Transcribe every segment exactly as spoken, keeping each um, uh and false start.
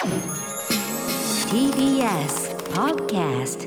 ティービーエス Podcast。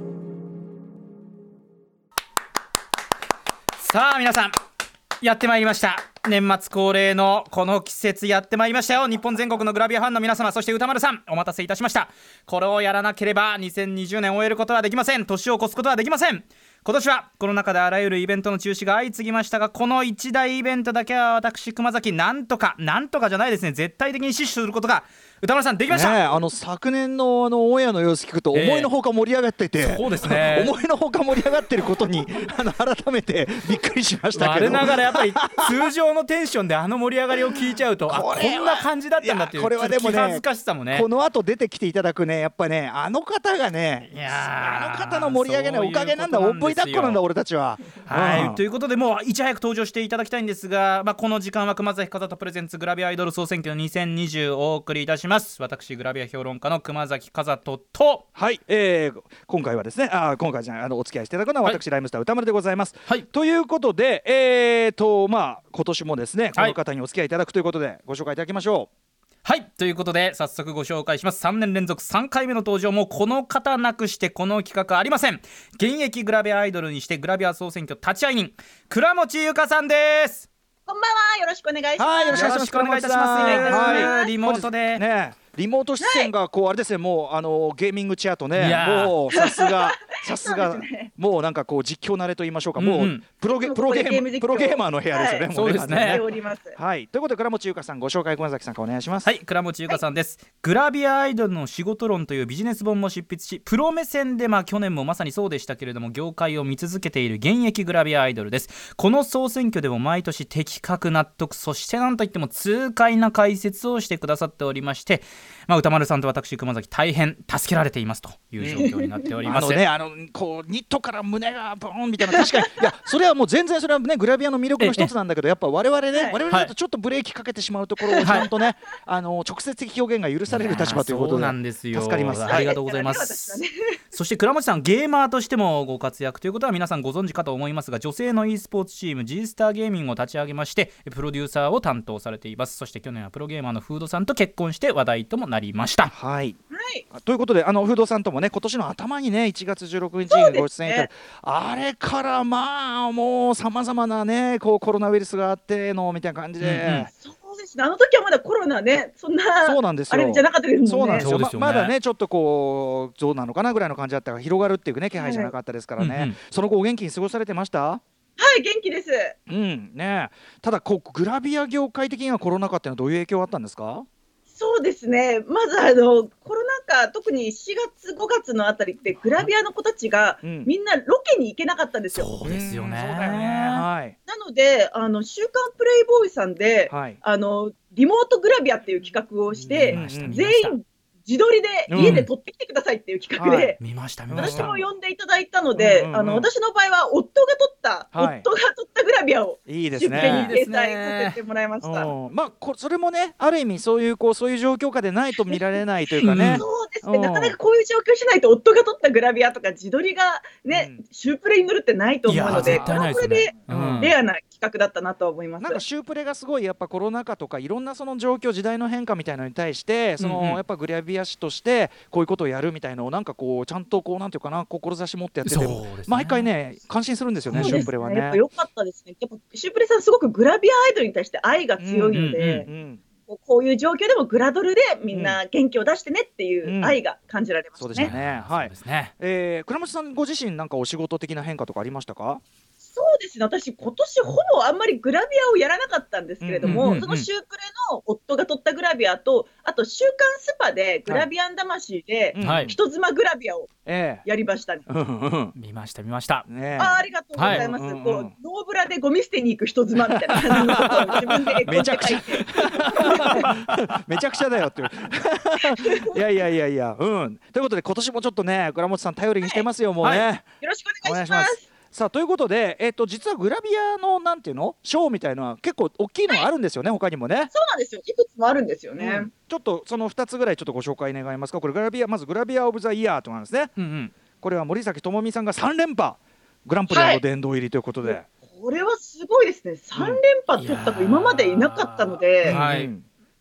さあ皆さんやってまいりました。年末恒例のこの季節やってまいりましたよ。日本全国のグラビアファンの皆様、そして歌丸さん、お待たせいたしました。これをやらなければにせんにじゅうねんを終えることはできません。年を越すことはできません。今年はコロナ禍であらゆるイベントの中止が相次ぎましたが、この一大イベントだけは私熊崎なんとかなんとかじゃないですね、絶対的に死守することが歌丸さんできました、 ね、あの昨年 の, あのオンエアの様子聞くと思いのほか盛り上がってて、えー、 そうですね思いのほか盛り上がってることにあの改めてびっくりしましたけど、 我ながらやっぱり通常のテンションであの盛り上がりを聞いちゃうとあこんな感じだったんだっていう、 これはでもね、 気恥ずかしさもね、 この後出てきていただくね、やっぱねあの方がね、 いやあの方の盛り上げのおかげなんだ、おっぽいだっこなんだ俺たちは。 はい、 うん、 ということでもういち早く登場していただきたいんですが、まあ、この時間は熊崎風斗プレゼンツグラビアアイドル総選挙にせんにじゅうをお送りいたします。私グラビア評論家の熊崎風斗と、 はい、えー、今回はですね、あ今回じゃないあのお付き合いしていただくのは私、はい、ライムスター歌丸でございます、はい、ということで、えーとまあ、今年もですねこの方にお付き合いいただくということでご紹介いただきましょう。 はい、ということで早速ご紹介します。さんねん連続さんかいめの登場、もこの方なくしてこの企画ありません。現役グラビアアイドルにしてグラビア総選挙立会人、倉持優香さんです。 こんばんは、よろしくお願いします。 はい、よろしくお願いいたします。 はい、リモートでね、リモート出演がこうあれですね、もうあのゲーミングチェアとね、もうさすがさすがもうなんかこう実況慣れと言いましょうか、もうプロゲプロゲームプロゲーマーの部屋ですよね。 そうですね。 はい、ということで倉持優香さんご紹介熊崎さんからお願いします。 はい、倉持優香さんです、はい、グラビアアイドルの仕事論というビジネス本も執筆し、プロ目線でまあ去年もまさにそうでしたけれども業界を見続けている現役グラビアアイドルです。この総選挙でも毎年的確納得、そしてなんといっても痛快な解説をしてくださっておりまして、まあ、歌丸さんと私熊崎大変助けられていますという状況になっております。 あのね、あのこうニットから胸がボーンみたいな、確かにいやそれはもう全然それはねグラビアの魅力の一つなんだけど、やっぱ我々ね、はい、我々だとちょっとブレーキかけてしまうところをちゃんとね、はい、あの直接的表現が許される立場ということで、そうなんですよ、助かります。 ありがとうございます、はい、そして倉持さんゲーマーとしてもご活躍ということは皆さんご存知かと思いますが、女性の e スポーツチーム G スターゲーミングを立ち上げましてプロデューサーを担当されています。そして去年はプロゲーマーのフードさんと結婚して話題ともなりました。 はい、はい、ということであのフードさんともね今年の頭にねいちがつじゅうろくにちにご出演いただいて、ね、あれからまあもうさまざまなねこうコロナウイルスがあってのみたいな感じで、うんうん、 そうですね、あの時はまだコロナねそんなそうなんですよ、 あれじゃなかったですもんね。 そうなんですよ、 ですよね、 ま, まだねちょっとこうどうなのかなぐらいの感じだったから広がるっていうね気配じゃなかったですからね、はい、うんうん、その後お元気に過ごされてました？ はい、元気です。 うんね、ただこうグラビア業界的にはコロナ禍っていうのはどういう影響があったんですか？ そうですね、まずあのコロナ禍、特にしがつごがつのあたりってグラビアの子たちが、うん、みんなロケに行けなかったんですよ。 そうですよね、 そうだよね、はい、 なのであの週刊プレイボーイさんで、はい、あのリモートグラビアっていう企画をして、うん、全員自撮りで家で撮ってきてくださいっていう企画で、 うん、見ました見ました。 私も呼んでいただいたので、うんうんうん、あの私の場合は夫が撮った、はい、夫が撮ったグラビアをいいですね、 出品に掲載させてもらいました。 まあこそれもねある意味そういうこうそういう状況下でないと見られないというかね、 そうですね、なかなかこういう状況しないと夫が撮ったグラビアとか自撮りがね、うん、シュープレに乗るってないと思うので、これはこれでレアな企画だったなと思います。 なんかシュープレがすごいやっぱコロナ禍とかいろんなその状況時代の変化みたいなのに対してその、うんうん、やっぱグラビア師としてこういうことをやるみたいのをなんかこうちゃんとこうなんていうかな志持ってやってて、ね、毎回ね感心するんですよね、シュープレはね。 やっぱ良かったですね。やっぱシュープレさんすごくグラビアアイドルに対して愛が強いので、うんうんうんうん、こういう状況でもグラドルでみんな元気を出してねっていう愛が感じられましたね。 そうですね。はい。えー、倉持さんご自身なんかお仕事的な変化とかありましたか？ そうですね、私今年ほぼあんまりグラビアをやらなかったんですけれども、うんうんうんうん、そのシュープレの夫が撮ったグラビアと、あと週刊スパでグラビアン魂で人妻グラビアをやりましたね、 はい、見ました見ました、 ね、あ, ありがとうございます、はい、こうノーブラでゴミ捨てに行く人妻みたいな感じのことを自分で絵コンテ書いてめちゃくちゃだよっていういやいやいやいや、うん、ということで今年もちょっとね倉持さん頼りにしてますよ、はい、もうね、はい、 よろしくお願いします。 さあということで、えー、と実はグラビアのなんていうのショーみたいのは結構大きいのがあるんですよね、はい、他にもね。 そうなんですよ、いくつもあるんですよね、うん、 ちょっとそのふたつぐらいちょっとご紹介願いますか。これグラビアまずグラビアオブザイヤーとなんですね、うんうん、これは森崎智美さんがさん連覇グランプリの殿堂入りということで、はい、 これはすごいですね。さん連覇取ったと今までいなかったので、 うんはい、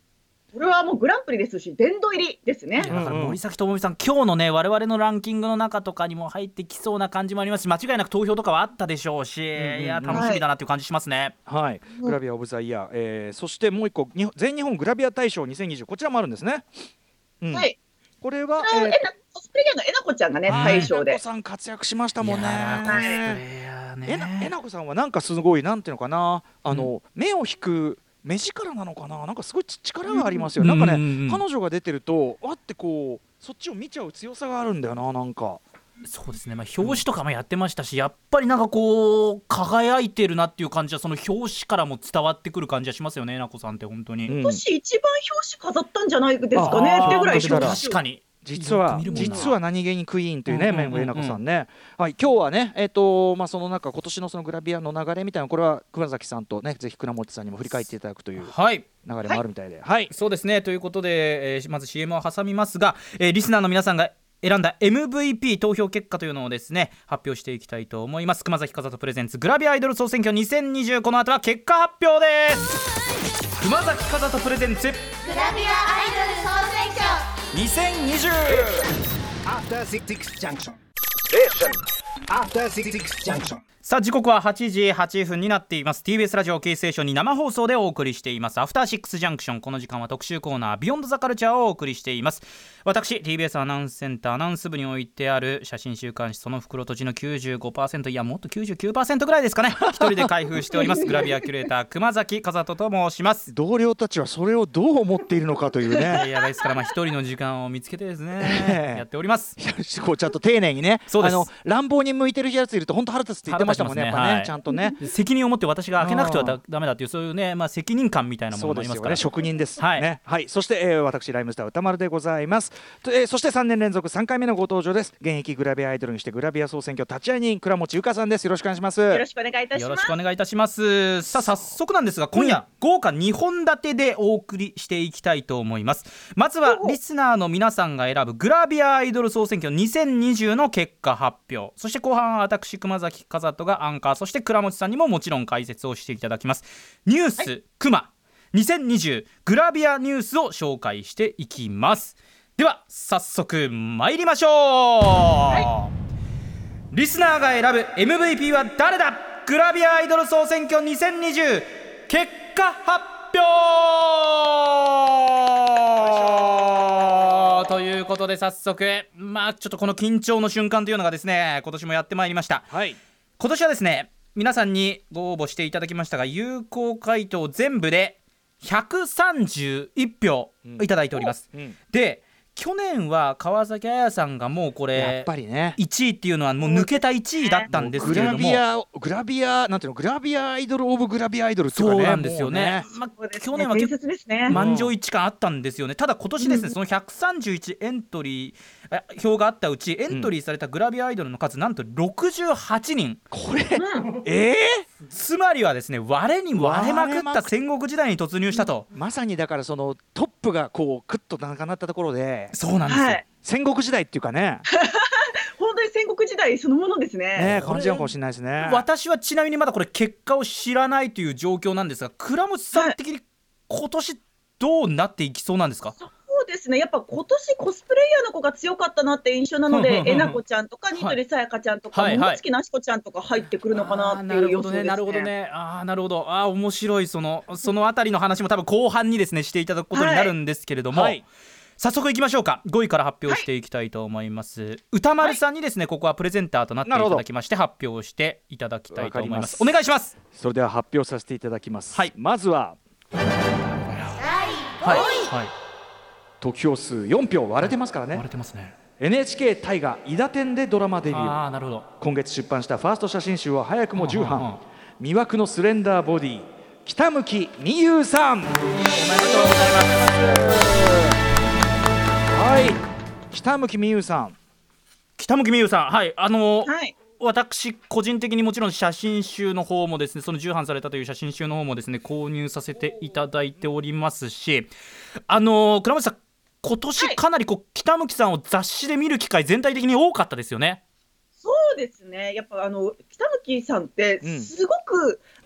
これはもうグランプリですし殿堂入りですね。 だから森崎智美さん、今日のね我々のランキングの中とかにも入ってきそうな感じもありますし、間違いなく投票とかはあったでしょうし、うんうんうん、いや楽しみだなっていう感じしますね。 はい、はい、グラビアオブザイヤー、えー、そしてもう一個全日本グラビア大賞にせんにじゅう、こちらもあるんですね。うん、はい、これは、えー、 コスプレイヤーのえなこちゃんがね大賞で、 えなこさん活躍しましたもんね。 ねえな、えなこさんはなんかすごいなんていうのかな、あの、うん、目を引く目力なのかな、なんかすごい力がありますよ、うん、なんかね、うんうんうん、彼女が出てるとわってこうそっちを見ちゃう強さがあるんだよな。なんかそうですね、まあ、表紙とかもやってましたし、やっぱりなんかこう輝いてるなっていう感じはその表紙からも伝わってくる感じはしますよね。えなこさんって本当に今年一番表紙飾ったんじゃないですかねってぐらい。 確かに実は実は何気にクイーンというね、メンえなこさんね、はい、今日はね、えーとまあ、その中今年のそのグラビアの流れみたいな、これは熊崎さんとねぜひ倉持さんにも振り返っていただくという流れもあるみたいで、はいはい、 そうですね。ということで、えー、まず シーエム を挟みますが、えー、リスナーの皆さんが選んだ エムブイピー 投票結果というのをですね発表していきたいと思います。熊崎風斗プレゼンツグラビアアイドル総選挙にせんにじゅう、この後は結果発表です。熊崎風斗プレゼンツグラビアアイドル総選挙にせんにじゅう。 After Six Junction. After Six Junction. さあ時刻ははちじはちふんになっています。 ティービーエス ラジオキーステーションに生放送でお送りしていますアフターシックスジャンクション。この時間は特集コーナービヨンドザカルチャーをお送りしています。私 ティービーエス アナウンスセンターアナウンス部に置いてある写真週刊誌その袋とじの きゅうじゅうごパーセント、 いやもっと きゅうじゅうきゅうパーセント ぐらいですかね一人で開封しておりますグラビアキュレーター熊崎風斗と申します。 同僚たちはそれをどう思っているのかというねいやですからまあ一人の時間を見つけてですねやっております。 こうちゃんと丁寧にね、そうです、あの乱暴に向いてるやついると本当腹立つって言ってましたもんね。やっぱね、はい、ちゃんとね責任を持って私が開けなくてはだダメだっていうそういうね、まあ、責任感みたいなものもありますから。 そうですよね、職人です、はいねはい、そして、えー、私ライムスター歌丸でございます。と、えー、そしてさんねん連続さんかいめのご登場です。現役グラビアアイドルにしてグラビア総選挙立会人倉持由香さんです。よろしくお願いします。 よろしくお願いいたします。 よろしくお願いいたします。さあ早速なんですが今夜、うん、豪華にほん立てでお送りしていきたいと思います。まずはリスナーの皆さんが選ぶグラビアアイドル総選挙にせんにじゅうの結果発表、そして後半は私熊崎風斗がアンカー、そして倉持さんにももちろん解説をしていただきます。ニュース、はい、クマにせんにじゅうグラビアニュースを紹介していきます。では早速参りましょう、はい、リスナーが選ぶ エムブイピー は誰だ。グラビアアイドル総選挙にせんにじゅう結果発表ということで、早速まあちょっとこの緊張の瞬間というのがですね今年もやってまいりました、はい、今年はですね皆さんにご応募していただきましたが有効回答全部でひゃくさんじゅういちひょういただいております、うんうん、で去年は川崎彩さんがもうこれやっぱり、ね、いちいっていうのはもう抜けたいちいだったんですけれども、グラビアグラビアなんていうのグラビアアイドルオブグラビアアイドルっていうかね、 そうなんですよ ね, ね、まあ、去年は結構満場一致感あったんですよね。ただ今年ですね、うん、そのひゃくさんじゅういちエントリー票があったうちエントリーされたグラビアアイドルの数、うん、なんとろくじゅうはちにん。 これ、うん、えー、 つまりはですね割れに割れまくった戦国時代に突入したと、 うん、まさにだからそのトップがこうクッとななったところで、 そうなんですよ、はい、 戦国時代っていうかね本当に戦国時代そのものですね。 ね、感じなのかもしれないですね。 私はちなみにまだこれ結果を知らないという状況なんですが、倉持さん的に今年どうなっていきそうなんですか。 そうですね、やっぱ今年コスプレイヤーの子が強かったなって印象なのでえなこちゃんとかニトリさやかちゃんとか、はい、桃月なしこちゃんとか入ってくるのかなっていう予想ですね。 なるほどね、あーなるほど、あー面白い。そのそのあたりの話も多分後半にですねしていただくことになるんですけれども、はいはい、早速いきましょうか。ごいから発表していきたいと思います、はい、歌丸さんにですねここはプレゼンターとなっていただきまして発表していただきたいと思います。お願いします。 それでは発表させていただきます、はい、まずははい、はい、得票数よんひょう割れてますからね、 割れてますね。 エヌエイチケー 大河伊達天でドラマデビュー。 あ、なるほど。 今月出版したファースト写真集は早くも重版。魅惑のスレンダーボディ北向美優さん、おめでとうございます。はい、北向美優さん北向美優さん、はい、あのーはい私個人的にもちろん写真集の方もですねその重版されたという写真集の方もですね購入させていただいておりますし、あのー、倉持さん今年かなりこう、はい、北向さんを雑誌で見る機会全体的に多かったですよね。 そうですね、やっぱあの北向さんってすごく、うん、おっぱ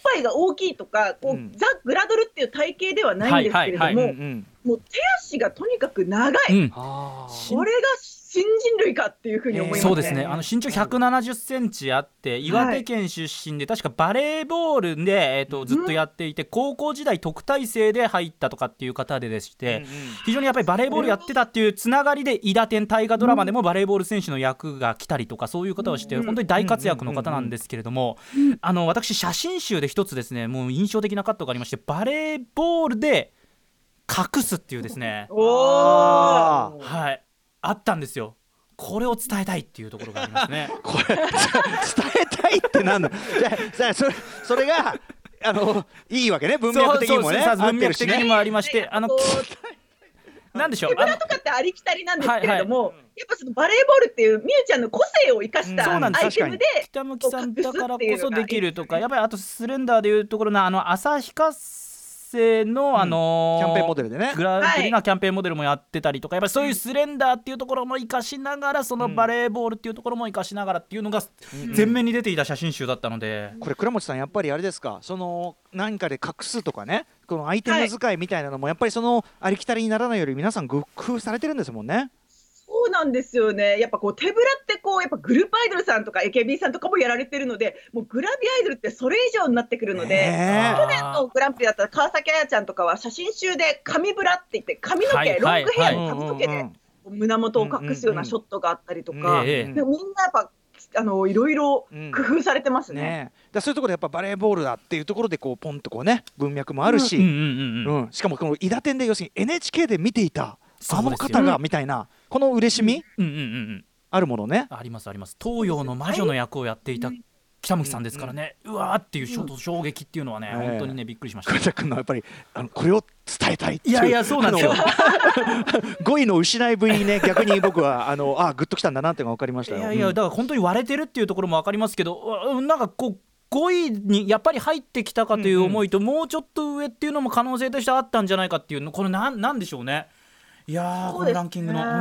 ぱいが大きいとかこう、うん、ザ・グラドルっていう体型ではないんですけれども、はいはいはい、もう手足がとにかく長い、うん、これが新人類かっていうふうに思いますね。 そうですね、あの身長ひゃくななじゅっセンチあって岩手県出身で、はい、確かバレーボールで、えー、とずっとやっていて、うん、高校時代特待生で入ったとかっていう方ででして、うんうん、非常にやっぱりバレーボールやってたっていうつながりで伊達天大河ドラマでもバレーボール選手の役が来たりとかそういう方をして、うん、本当に大活躍の方なんですけれども、うん、あの私写真集で一つですねもう印象的なカットがありまして、バレーボールで隠すっていうですねおー、 はい、あったんですよ。これを伝えたいっていうところがありますね。 これ伝えたいってなんだじゃあそれそれがあのいいわけね、文脈的にもね、 文脈的にもありまして、あのなんでしょう、 手ぶらとかってありきたりなんですけれども、はいはい、やっぱそのバレーボールっていうみゆちゃんの個性を生かしたアイテムで北向さんだからこそできるとか、やっぱりあとスレンダーでいうところのあの旭化成の、うん、あのー、 キャンペーンモデルでねグランプリなキャンペーンモデルもやってたりとか、やっぱりそういうスレンダーっていうところも生かしながら、そのバレーボールっていうところも生かしながらっていうのが前面に出ていた写真集だったので、 うん、これ倉持さんやっぱりあれですか、その何かで隠すとかね、このアイテム使いみたいなのもやっぱりそのありきたりにならないより皆さん工夫されてるんですもんね。 そうなんですよね。やっぱこう手ぶらってこうやっぱグループアイドルさんとか エーケービー さんとかもやられてるので、もうグラビアアイドルってそれ以上になってくるので、去年のグランプリだったら川崎彩ちゃんとかは写真集で髪ブラって言って髪の毛、はいはいはい、ロングヘアの髪の毛で胸元を隠すようなショットがあったりとか、でみんなやっぱあのいろいろ工夫されてますね。うんね、 だそういうところでやっぱバレーボールだっていうところでこうポンとこうね文脈もあるし、うんうんうんうん、しかもこの伊達天で要するに エヌエイチケー で見ていたあの方がみたいな、この嬉しみ、うんうんうんうん、あるものね。 ありますあります。東洋の魔女の役をやっていた北向さんですからね、うんうん、うわーっていう衝撃っていうのはね、うん、本当にねびっくりしました。 倉田君のやっぱりあのこれを伝えたいっていう、 いやいやそうなんですよ語彙の失いぶりにね逆に僕はあのあグッときたんだなっていうのが分かりましたよ。 いやいやだから本当に割れてるっていうところも分かりますけど、なんかこうごいにやっぱり入ってきたかという思いと、うんうん、もうちょっと上っていうのも可能性としてあったんじゃないかっていうの、これなんなんでしょうね。いやーこのランキングの、うん、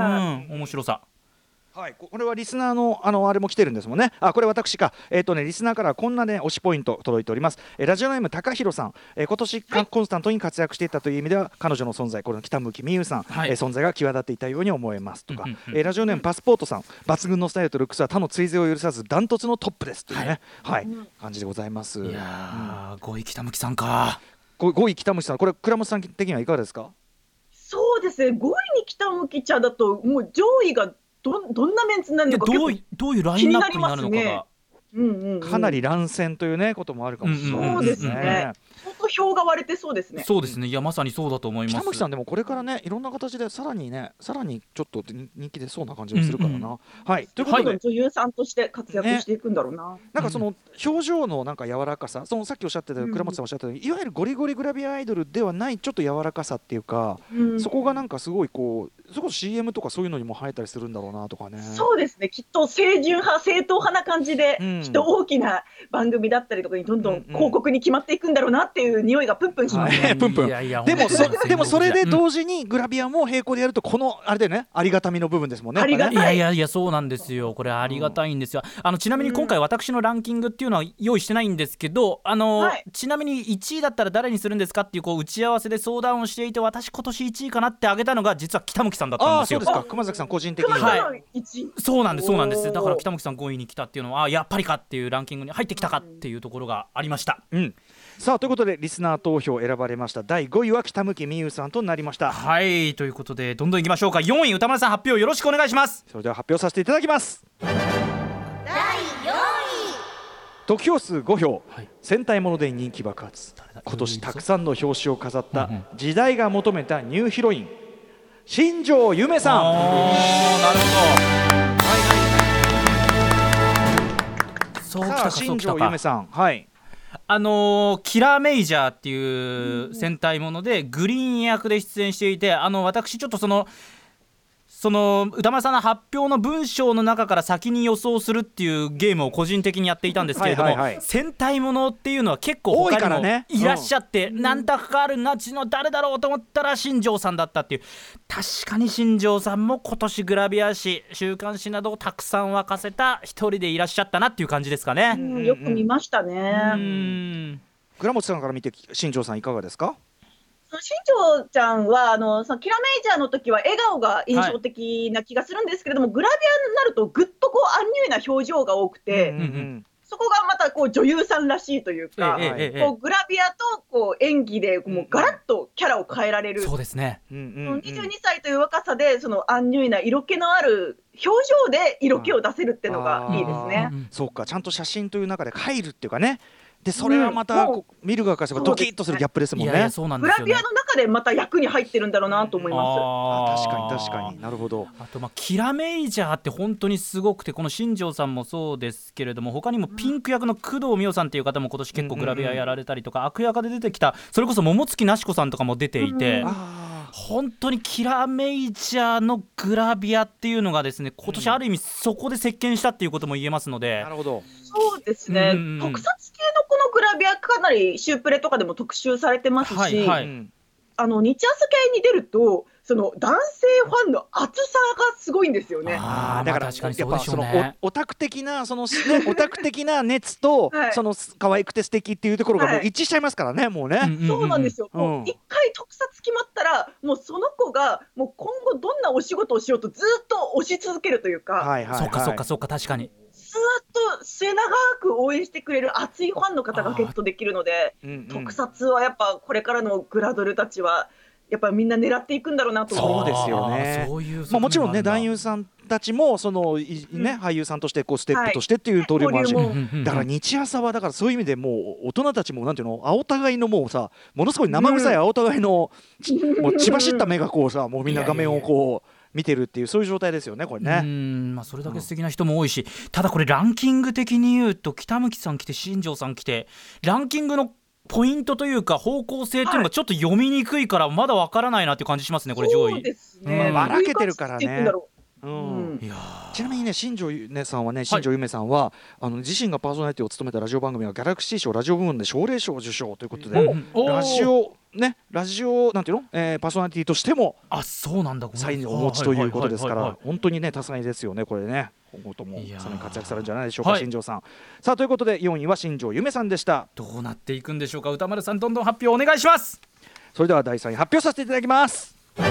面白さ。 はい、これはリスナーのあのあれも来てるんですもんね。あこれ私か、えーとね、リスナーからこんなね推しポイント届いております。えー、ラジオネーム高弘さん、えー、今年、はい、コンスタントに活躍していたという意味では彼女の存在、これの北向美優さん、はい、えー、存在が際立っていたように思えますとか、うんうんうん、えー、ラジオネームパスポートさん、抜群のスタイルとルックスは他の追随を許さずダントツのトップですというね、はい、はい、感じでございます。 いや、うん、ごい北向さんか。 ごい北向さん、これ倉本さん的にはいかがですか。 そうですね、ごいに北向茶だともう上位が ど, どんなメンツになるのかどういどういうラインナップになるのかが、 うんうんうん、 かなり乱戦という、ね、こともあるかもしれない、 うんうん、そうですね。相当票が割れてそうですね。 そうですね、いやまさにそうだと思います。 北向さんでもこれからねいろんな形でさらにねさらにちょっと人気出そうな感じもするからな、うんうん、はい、ということで、 はい、女優さんとして活躍していくんだろうな、ね、 なんかその表情のなんか柔らかさ、そのさっきおっしゃってた倉本さんおっしゃったように、うん、いわゆるゴリゴリグラビアアイドルではないちょっと柔らかさっていうか、うん、そこがなんかすごいこうそれこそ シーエム とかそういうのにも生えたりするんだろうなとかね。 そうですね、きっと清純派正統派な感じで、うん、きっと大きな番組だったりとかにどんどん広告に決まっていくんだろうなっていう匂いがプンプンしますね、 はい、プンプン。でもそでもそれで同時にグラビアも並行でやるとこのあれだよね、ありがたみの部分ですもんね。 ありがたい。 いやいやいやそうなんですよ、これありがたいんですよ。あのちなみに今回私のランキングっていうのは用意してないんですけど、あの、はい、ちなみにいちいだったら誰にするんですかっていう、こう打ち合わせで相談をしていて、私今年いちいかなって挙げたのが実は北向さんだったんですよ。 あ、そうですか。熊崎さん個人的に、 はい、 そうなんですそうなんです。だから北向さんごいに来たっていうのはあやっぱりかっていうランキングに入ってきたかっていうところがありました、 うん、さあということでリスナー投票選ばれましただいごいは北向美優さんとなりました。 はいということでどんどんいきましょうか。よんい歌丸さん発表よろしくお願いします。 それでは発表させていただきます。 だいよんい得票数ごひょう、はい、戦隊もので人気爆発、今年たくさんの表紙を飾った時代が求めたニューヒロイン新庄ゆめさん。 あーなるほど、はいはい、そうきたかそうきたか。新庄ゆめさん、はい、あのー、キラーメイジャーっていう戦隊ものでグリーン役で出演していて、あの私ちょっとそのその歌丸さんの発表の文章の中から先に予想するっていうゲームを個人的にやっていたんですけれども、はいはいはい、戦隊ものっていうのは結構他にもいらっしゃって、ね、うん、何択かあるなちの誰だろうと思ったら新庄さんだったっていう。確かに新庄さんも今年グラビア誌週刊誌などをたくさん沸かせた一人でいらっしゃったなっていう感じですかね。 うん、よく見ましたね。 うん倉本さんから見て新庄さんいかがですか？ 新庄ちゃんはあのそのキラメイジャーの時は笑顔が印象的な気がするんですけれども、はい、グラビアになるとぐっとこうアンニュイな表情が多くて、うんうんうん、そこがまたこう女優さんらしいというか、ええええ、こうグラビアとこう演技でもうガラッとキャラを変えられる、 そうですね、 うんうんうん、にじゅうにさいという若さでそのアンニュイな色気のある表情で色気を出せるっていうのがいいですね。 そうか、ちゃんと写真という中で入るっていうかね、でそれはまた、うん、見る側からするとドキッとするギャップですもんね。いやいや、そうなんですよね。 グラビアの中でまた役に入ってるんだろうなと思います。 ああ、確かに確かに、なるほど。 あとまあキラメイジャーって本当にすごくて、この新庄さんもそうですけれども、他にもピンク役の工藤美桜さんっていう方も今年結構グラビアやられたりとか、うんうんうん、悪役で出てきたそれこそ桃月なし子さんとかも出ていて、うん、本当にキラメイジャーのグラビアっていうのがですね、今年ある意味そこで席巻したっていうことも言えますので、 うん、なるほど。 そうですね、うんうん、特撮系のこのグラビアかなりシュープレとかでも特集されてますし、はいはい、あの日朝系に出るとその男性ファンの熱さがすごいんですよね。 あ、だから、まあ、確かにそうでしょうね。やっぱそのオタク的なその、ね、オタク的な熱と、はい、その可愛くて素敵っていうところがもう一致しちゃいますからね、はい、もうね、 うん、そうなんですよ。うん、もう一回特撮決まったらもうその子がもう今後どんなお仕事をしようとずっと推し続けるというか、 はいはいはい、そうかそうかそうか、確かにずっと末永く応援してくれる熱いファンの方がゲットできるので、うんうん、特撮はやっぱこれからのグラドルたちはやっぱりみんな狙っていくんだろうなと思う。そうですよね。そういう、まあ、もちろんね男優さんたちもその、ね、うん、俳優さんとしてこうステップとしてっていう登竜もあるし、はい、だから日朝はだからそういう意味でもう大人たちもなんていうの、青互いのもうさ、ものすごい生臭い青互いの、うん、もう血走った目がこうさ、もうみんな画面をこう見てるっていう、そういう状態ですよね、これね。 うん、まあ、それだけ素敵な人も多いし、うん、ただこれランキング的に言うと北向さん来て新庄さん来て、ランキングのポイントというか方向性っていうのがちょっと読みにくいからまだわからないなっていう感じしますね、これ上位。 そうですね、 ばらけてるからね。うん、いやちなみにね、新庄ねさんはね、新庄ゆめさんは、はい、あの自身がパーソナリティを務めたラジオ番組はギャラクシー賞ラジオ部門で奨励賞を受賞ということで、うん、ラジオね、ラジオなんていうの、えー、パーソナリティとしてもあ、そうなんだ、 サインをお持ちということですから、本当にね多彩ですよね、これね。今後ともさらに活躍されるんじゃないでしょうか、新庄さん。さあということでよんいは新庄ゆめさんでした。 どうなっていくんでしょうか。歌丸さん、どんどん発表お願いします。 それではだいさんい発表させていただきます。 はい、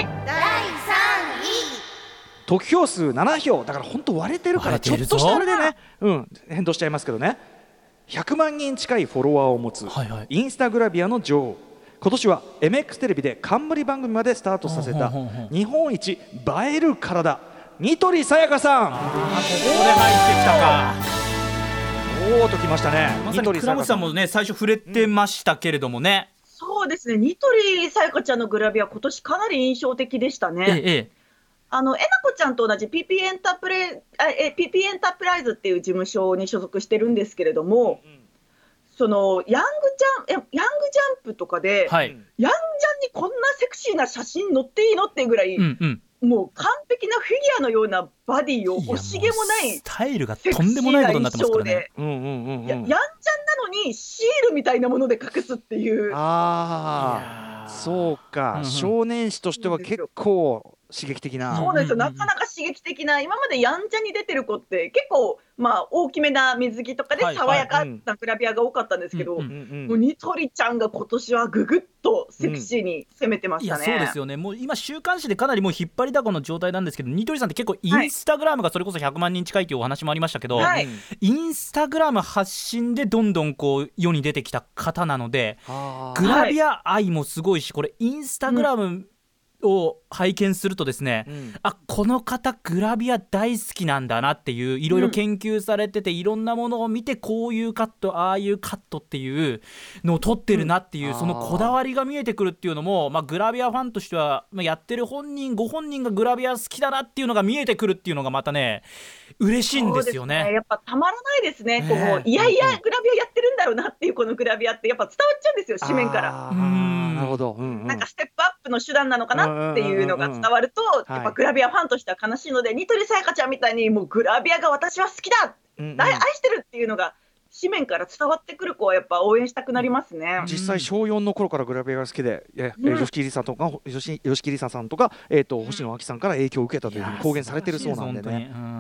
だいさんい得票数ななひょうだから本当割れてるからちょっとしたあれでね、うん、変動しちゃいますけどね。ひゃくまんにん近いフォロワーを持つ、はいはい、インスタグラビアの女王、今年は エムエックス テレビで冠番組までスタートさせた日本一映える体、似鳥さやかさん。あ、ここで入ってきたか。おーときましたね。 まさに倉本さんもね最初触れてましたけれどもね、 うん、そうですね、似鳥さやかちゃんのグラビア今年かなり印象的でしたね。ええ、あのえなこちゃんと同じ ピーピー エンタープレイあえ ピーピー エンタープライズっていう事務所に所属してるんですけれども、うん、そのヤングジャンヤングジャンプとかで、はい、ヤンジャンにこんなセクシーな写真載っていいのっていうぐらい、うんうん、もう完璧なフィギュアのようなバディを惜しげもないスタイルがとんでもないことになってますからね。ヤンジャンなのにシールみたいなもので隠すっていう。 ああ、そうか、うんうん、少年誌としては結構刺激的な。 そうなんですよ、なかなか刺激的な。今までヤンジャンに出てる子って結構、まあ、大きめな水着とかで爽やかなグラビアが多かったんですけど、似鳥ちゃんが今年はぐぐっとセクシーに攻めてましたね、 うん、いやそうですよね。もう今週刊誌でかなりもう引っ張りだこの状態なんですけど、似鳥さんって結構インスタグラムがそれこそひゃくまんにん近いというお話もありましたけど、はい、インスタグラム発信でどんどんこう世に出てきた方なので、グラビア愛もすごいし、これインスタグラム、うんを拝見するとですね、うん、あ、この方グラビア大好きなんだなっていう、いろいろ研究されてて、うん、いろんなものを見てこういうカットああいうカットっていうのを撮ってるなっていう、うん、そのこだわりが見えてくるっていうのも、まあ、グラビアファンとしては、まあ、やってる本人ご本人がグラビア好きだなっていうのが見えてくるっていうのがまたね嬉しいんですよね。 そうですね、やっぱたまらないですね、ね、こういやいやグラビアやってるんだろうなっていうこのグラビアってやっぱ伝わっちゃうんですよ、紙面から。 あー、なるほど、うんうん、 なんかステップアップの手段なのかなっていうのが伝わると、やっぱグラビアファンとしては悲しいので、似鳥さやかちゃんみたいにもうグラビアが私は好きだ、うんうん、愛してるっていうのが紙面から伝わってくる子はやっぱ応援したくなりますね。 実際小よんの頃からグラビアが好きで、えー、吉木りさとか吉木りささんとか、えー、と星野亜紀さんから影響を受けたというふうに公言されてるそうなんでね。 そ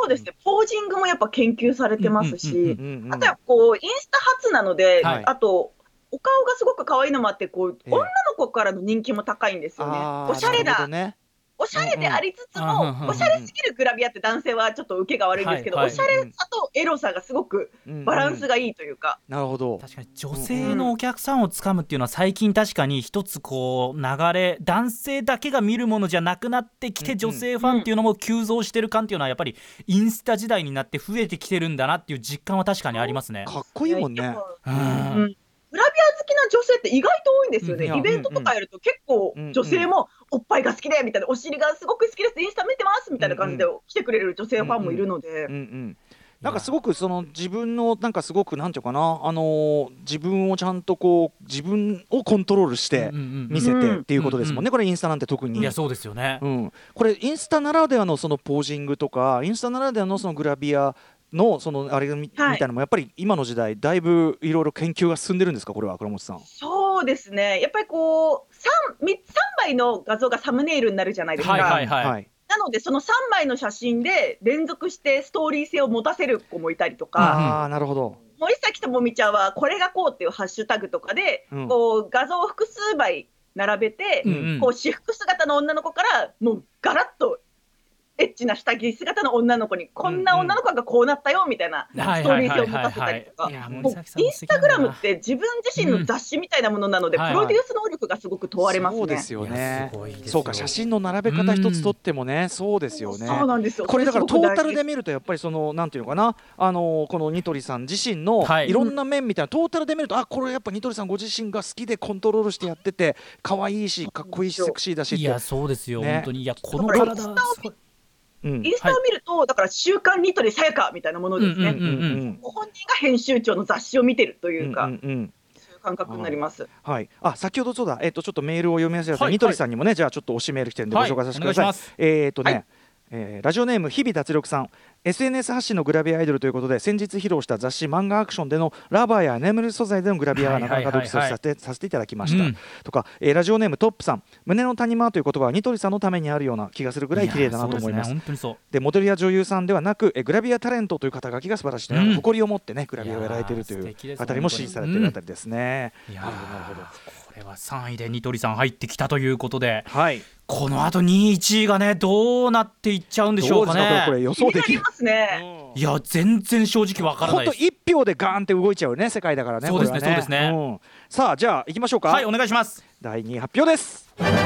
そうですね、ポージングもやっぱ研究されてますし、あとはこうインスタ初なので、はい、あとお顔がすごく可愛いのもあってこう、えー、女の子からの人気も高いんですよね。おしゃれだ、ね、おしゃれでありつつも、うんうん、おしゃれすぎるグラビアって男性はちょっと受けが悪いんですけど、はいはい、おしゃれさとエロさがすごくバランスがいいというか、 うんうん、なるほど。 確かに女性のお客さんをつかむっていうのは最近確かに一つこう流れ、男性だけが見るものじゃなくなってきて、女性ファンっていうのも急増してる感っていうのはやっぱりインスタ時代になって増えてきてるんだなっていう実感は確かにありますね。 かっこいいもんね。 うんうんグラビア好きな女性って意外と多いんですよね、うん、イベントとかやると結構女性もおっぱいが好きでみたいな、お尻がすごく好きです、インスタ見てますみたいな感じで来てくれる女性ファンもいるので、 なんかすごくその自分のなんかすごくなんていうかな、あのー、自分をちゃんとこう自分をコントロールして見せてっていうことですもんね、これインスタなんて特に。 いやそうですよね、 うん、これインスタならではのそのポージングとかインスタならではのそのグラビアのそのあれみたいなのもやっぱり今の時代だいぶいろいろ研究が進んでるんですか、これは倉本さん。 そうですね、やっぱりこう 3, さんまいの画像がサムネイルになるじゃないですか、はいはいはい、なのでそのさんまいの写真で連続してストーリー性を持たせる子もいたりとか、 あーなるほど。 森崎智美ちゃんはこれがこうっていうハッシュタグとかで、うん、こう画像を複数枚並べて、うんうん、こう私服姿の女の子からもうガラッとエッチな下着姿の女の子にこんな女の子がこうなったよみたいなストーリー性を持たせたりとか、インスタグラムって自分自身の雑誌みたいなものなので、うん、プロデュース能力がすごく問われますね。 そうですよね。そうか、写真の並べ方一つとってもね、うん、そうですよね。 そうなんですよ。 これだからトータルで見るとやっぱりそのなんていうのかな、あのこのニトリさん自身のいろんな面みたいな、トータルで見るとあこれやっぱニトリさんご自身が好きでコントロールしてやってて可愛いしかっこいいしセクシーだしって。 いやそうですよ、ね、本当に。いやこの体インスタを見ると、はい、だから週刊ニトリさやかみたいなものですね。ご本人が編集長の雑誌を見てるというか、うんうんうん、そういう感覚になります。 はい、あ先ほどそうだ、えー、とちょっとメールを読み合わせた、はい、ニトリさんにもね、じゃあちょっと推しメール来てるんでご紹介させてください。はい、えっ、ー、とね、はいえー、ラジオネーム日々脱力さん、 エスエヌエス 発信のグラビアアイドルということで先日披露した雑誌漫画アクションでのラバーや眠る素材でのグラビアがなかなか読書させて、させていただきました、うん、とか、えー、ラジオネームトップさん、胸の谷間という言葉はニトリさんのためにあるような気がするぐらい綺麗だなと思います。 そうですね、本当にそうでモデルや女優さんではなく、えー、グラビアタレントという肩書きが素晴らしい、うん、誇りを持ってねグラビアをやられているというあたりも支持されているあたりですね。 うん、いやなるほど、これはさんいでニトリさん入ってきたということで、 はい、 この後にい、いちいがねどうなっていっちゃうんでしょうかね。 これ予想できますね。 いや全然正直わからないです。 本当一票でガーンって動いちゃうね世界だからね。 そうですね、 ねそうですね、 うん、さあじゃあ行きましょうか。 はいお願いします。 だいにい発表です。 だいにい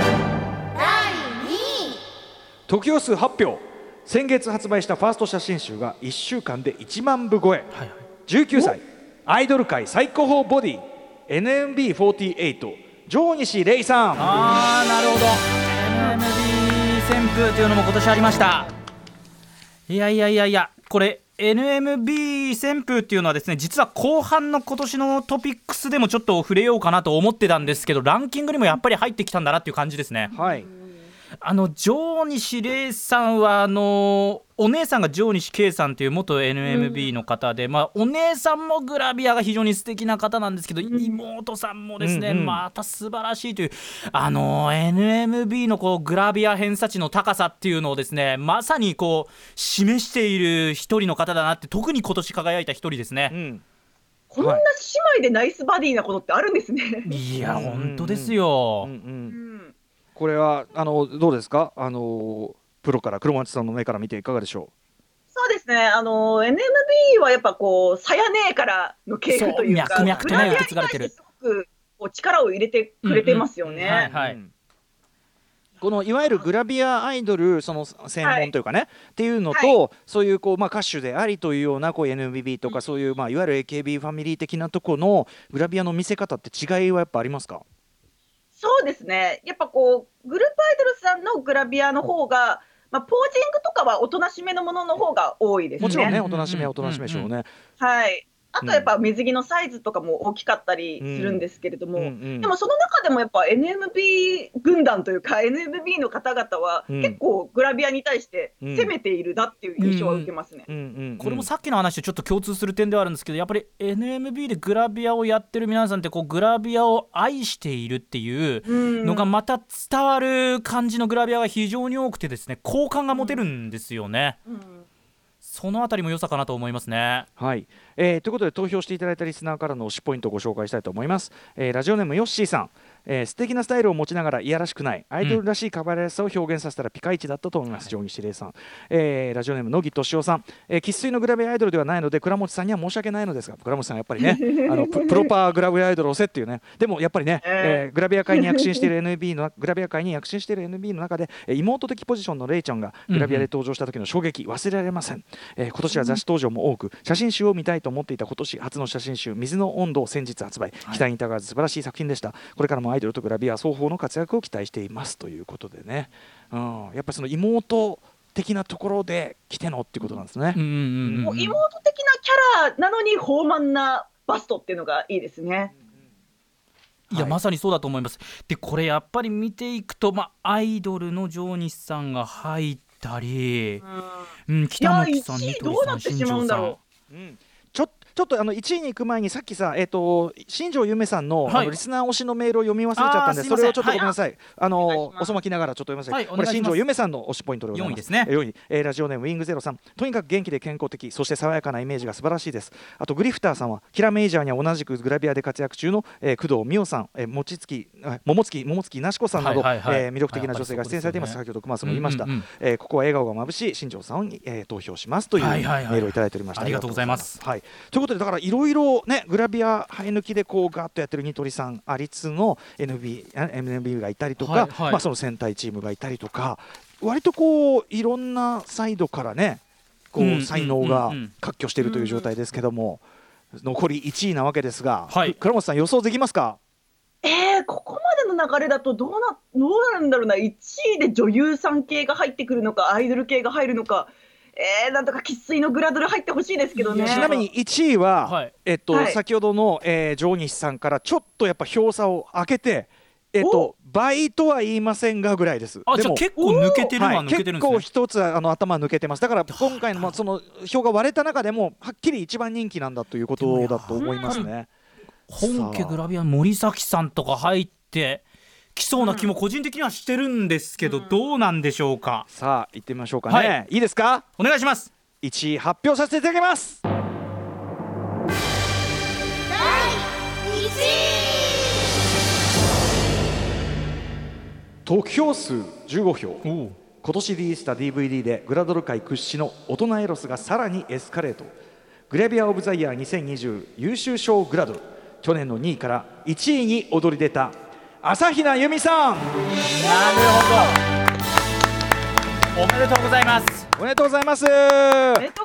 得票数発表。先月発売したファースト写真集がいっしゅうかんでいちまんぶ超え、はいはい、じゅうきゅうさいアイドル界最高峰ボディ エヌエムビーフォーティーエイト 上西玲さん。 あーなるほど、 エヌエムビー 旋風というのも今年ありました。いやいやいやいや、これ エヌエムビー 旋風っていうのはですね、実は後半の今年のトピックスでもちょっと触れようかなと思ってたんですけど、ランキングにもやっぱり入ってきたんだなっていう感じですね。 はい、 あの上西玲さんはあのお姉さんが上西圭さんという元 エヌエムビー の方で、うんまあ、お姉さんもグラビアが非常に素敵な方なんですけど、うん、妹さんもですね、うんうん、また素晴らしいというあの エヌエムビー のこうグラビア偏差値の高さっていうのをですねまさにこう示している一人の方だなって、特に今年輝いた一人ですね。うんこんな姉妹でナイスバディなことってあるんですね。 いや本当ですよ。うんうんうんこれはあのどうですか、あのプロから黒松さんの目から見ていかがでしょう。 そうですね、あの エヌエムビー はやっぱこうさやねえからの系譜というか、 脈々とね受け継がれてる、 すごくこう力を入れてくれてますよね。うんうんはいはい、 このいわゆるグラビアアイドルその専門というかね、はい、っていうのと、はい、そういうこう、まあ、歌手でありというようなこう エヌエムビー とか、うん、そういう、まあ、いわゆる エーケービー ファミリー的なところのグラビアの見せ方って違いはやっぱありますか。 そうですね、やっぱこうグループアイドルさんのグラビアの方が、まあ、ポージングとかはおとなしめのものの方が多いですね。 もちろんね、おとなしめはおとなしめでしょうね、うんうんうん、 はいあとやっぱ水着のサイズとかも大きかったりするんですけれども、うんうんうん、でもその中でもやっぱ エヌエムビー 軍団というか エヌエムビー の方々は結構グラビアに対して攻めているなっていう印象は受けますね。 これもさっきの話とちょっと共通する点ではあるんですけど、やっぱり エヌエムビー でグラビアをやってる皆さんってこうグラビアを愛しているっていうのがまた伝わる感じのグラビアが非常に多くてですね、好感が持てるんですよね。うんうんそのあたりも良さかなと思いますね。 はい、えー、ということで投票していただいたリスナーからの推しポイントをご紹介したいと思います。えー、ラジオネームヨッシーさん、えー、素敵なスタイルを持ちながらいやらしくないアイドルらしいカバレラさを表現させたらピカイチだったと思います。定義指令さん、えー、ラジオネーム野木俊夫さん、えー、生粋のグラビアアイドルではないので倉持さんには申し訳ないのですが、倉持さんやっぱりねあの プ, プロパーグラビアアイドルをせっていうね。でもやっぱりね、えー、グラビア界に躍進している エヌビー のグラビア界に躍進している エヌビー の中で、えー、妹的ポジションのレイちゃんがグラビアで登場した時の衝撃忘れられません。えー、今年は雑誌登場も多く写真集を見たいと思っていた今年初の写真集水の温度を先日発売、期待にたがわず素晴らしい作品でした。これからもアイドルとグラビア双方の活躍を期待していますということでね、うん、やっぱりその妹的なところで来てのっていうことなんですね。 もう妹的なキャラなのに豊満なバストっていうのがいいですね。 いや、はい、まさにそうだと思います。でこれやっぱり見ていくと、まあ、アイドルの上西さんが入ったり、うんうん、北向さん、ニトリさん、新庄さん、うん、 ちょちょっとあのいちいに行く前にさっきさ、えー、と新庄ゆめさん の,、はい、あのリスナー推しのメールを読み忘れちゃったんで、それをちょっとごめんなさい、はい、あの遅まきながらちょっと読みます、はい、これ新庄ゆめさんの推しポイントでございます。よんいですね。よんい、えー、ラジオネームウィングゼロさん、とにかく元気で健康的、そして爽やかなイメージが素晴らしいです。あとグリフターさんはキラメイジャーには同じくグラビアで活躍中の、えー、工藤美桜さん、えー、もちつき桃月桃月なしこさんなど、はいはいはい、えー、魅力的な女性が出演されています。先ほど熊さんも言いました、うんうんうん、えー、ここは笑顔が眩しい新庄さんに、えー、投票しますというメールをいただいておりました。 ありがとうございます。 はい、ということでだからいろいろね、グラビア生え抜きでこうガーッとやってるニトリさん、アリツの エヌビー、エヌビー がいたりとか、はいはい、まあ、その戦隊チームがいたりとか、割とこういろんなサイドからねこう才能が活況しているという状態ですけども、残りいちいなわけですが、はい、倉本さん予想できますか？ えー、ここまでの流れだとどうな、どうなんだろうな。いちいで女優さん系が入ってくるのかアイドル系が入るのか、えー、なんとか生粋のグラドル入ってほしいですけどね。 ちなみにいちいは、はい、えっとはい、先ほどの、えー、上西さんからちょっとやっぱ票差を開けて、えっと、倍とは言いませんがぐらいです。 あ、でもじゃあ結構抜けてるのは抜けてるんですね。 結構一つあの頭抜けてます。だから今回のその票が割れた中でもはっきり一番人気なんだということだと思いますね。 本家グラビア森崎さんとか入ってきそうな気も個人的にはしてるんですけど、うん、どうなんでしょうか。 さあ行ってみましょうかね、はい、いいですか？ お願いします。 いちい発表させていただきます。 だいいちい、 得票数じゅうごひょう、今年リリースした ディーブイディー でグラドル界屈指の大人エロスがさらにエスカレート。グラビアオブザイヤーにせんにじゅう優秀賞グラドル、去年のにいからいちいに躍り出た朝比奈由美さん。なるほど、おめでとうございます。 おめでとうございます。 おめでとうございます。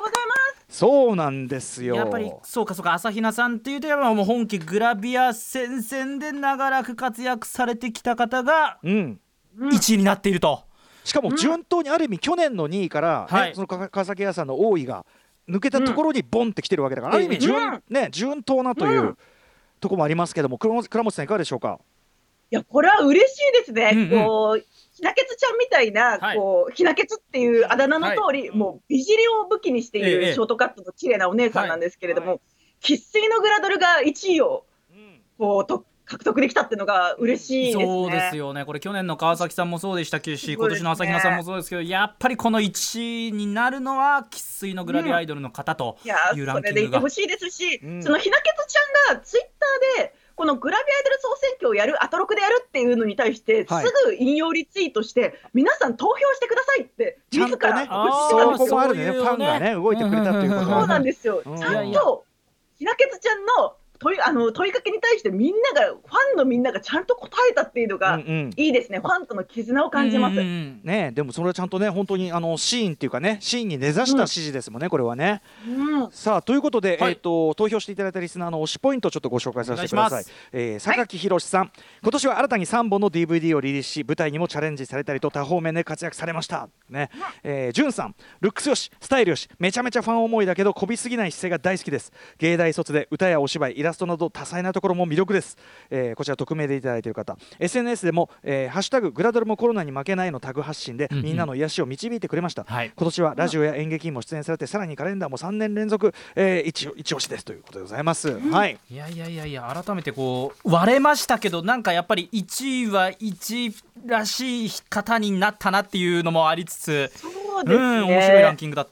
そうなんですよ。 やっぱりそうかそうか、朝比奈さんっていうとやっぱもう本家グラビア戦線で長らく活躍されてきた方がいちいになっていると、 うん、しかも順当にある意味去年のにいから、ね、はい、その川崎屋さんの王位が抜けたところにボンってきてるわけだから、うん、ある意味順、ね、順当なという、うん、ところもありますけども、倉本さんいかがでしょうか？ いや、これは嬉しいですね、うんうん、こうひなけつちゃんみたいな、はい、こうひなけつっていうあだ名の通り、はい、もう美尻を武器にしているショートカットの綺麗なお姉さんなんですけれども、生粋、はいはい、のグラドルがいちいをこうと獲得できたっていうのが嬉しいですね。 そうですよね。これ去年の川崎さんもそうでしたし、今年の朝比奈さんもそうですけど、やっぱりこのいちいになるのは生粋のグラビアアイドルの方というランキングが、うん、いや、それでいてほしいですし、うん、そのひなけつちゃんがツイッターでこのグラビアアイドル総選挙をやる、アトロクでやるっていうのに対してすぐ引用リツイートして、はい、皆さん投票してくださいって自ら告知したんですよ。そういうこともあるね。ファンがね動いてくれたということ、 そうなんですよ、うん、ちゃんとひなけつちゃんの問い、あの問いかけに対してみんながファンのみんながちゃんと答えたっていうのがいいですね、うんうん、ファンとの絆を感じます、うんうん、 ね。でもそれはちゃんとね本当にあのシーンっていうかね、シーンに根ざした指示ですもんね、うん、これはね、うん、さあということで、はい、えー、と投票していただいたリスナーの推しポイントをちょっとご紹介させてください。えー、榊宏さん、はい、今年は新たにさんぼんの ディーブイディー をリリースし舞台にもチャレンジされたりと多方面で活躍されましたね。えー、ジュンさん、ルックスよしスタイルよしめちゃめちゃファン思いだけどこびすぎない姿勢が大好きです。芸大卒で歌やお芝居イラストなど多彩なところも魅力です。えー、こちら匿名でいただいている方、 エスエヌエス でも、えー、ハッシュタググラドルもコロナに負けないのタグ発信で、うんうん、みんなの癒しを導いてくれました、はい、今年はラジオや演劇にも出演されて、さらにカレンダーもさんねん連続、えー、一, 一押しですということでございます、うん、はい、 いやいやいやいや、改めてこう割れましたけど、なんかやっぱりいちいはいちいらしい方になったなっていうのもありつつ、 そうですね、 うん、面白いランキングだった。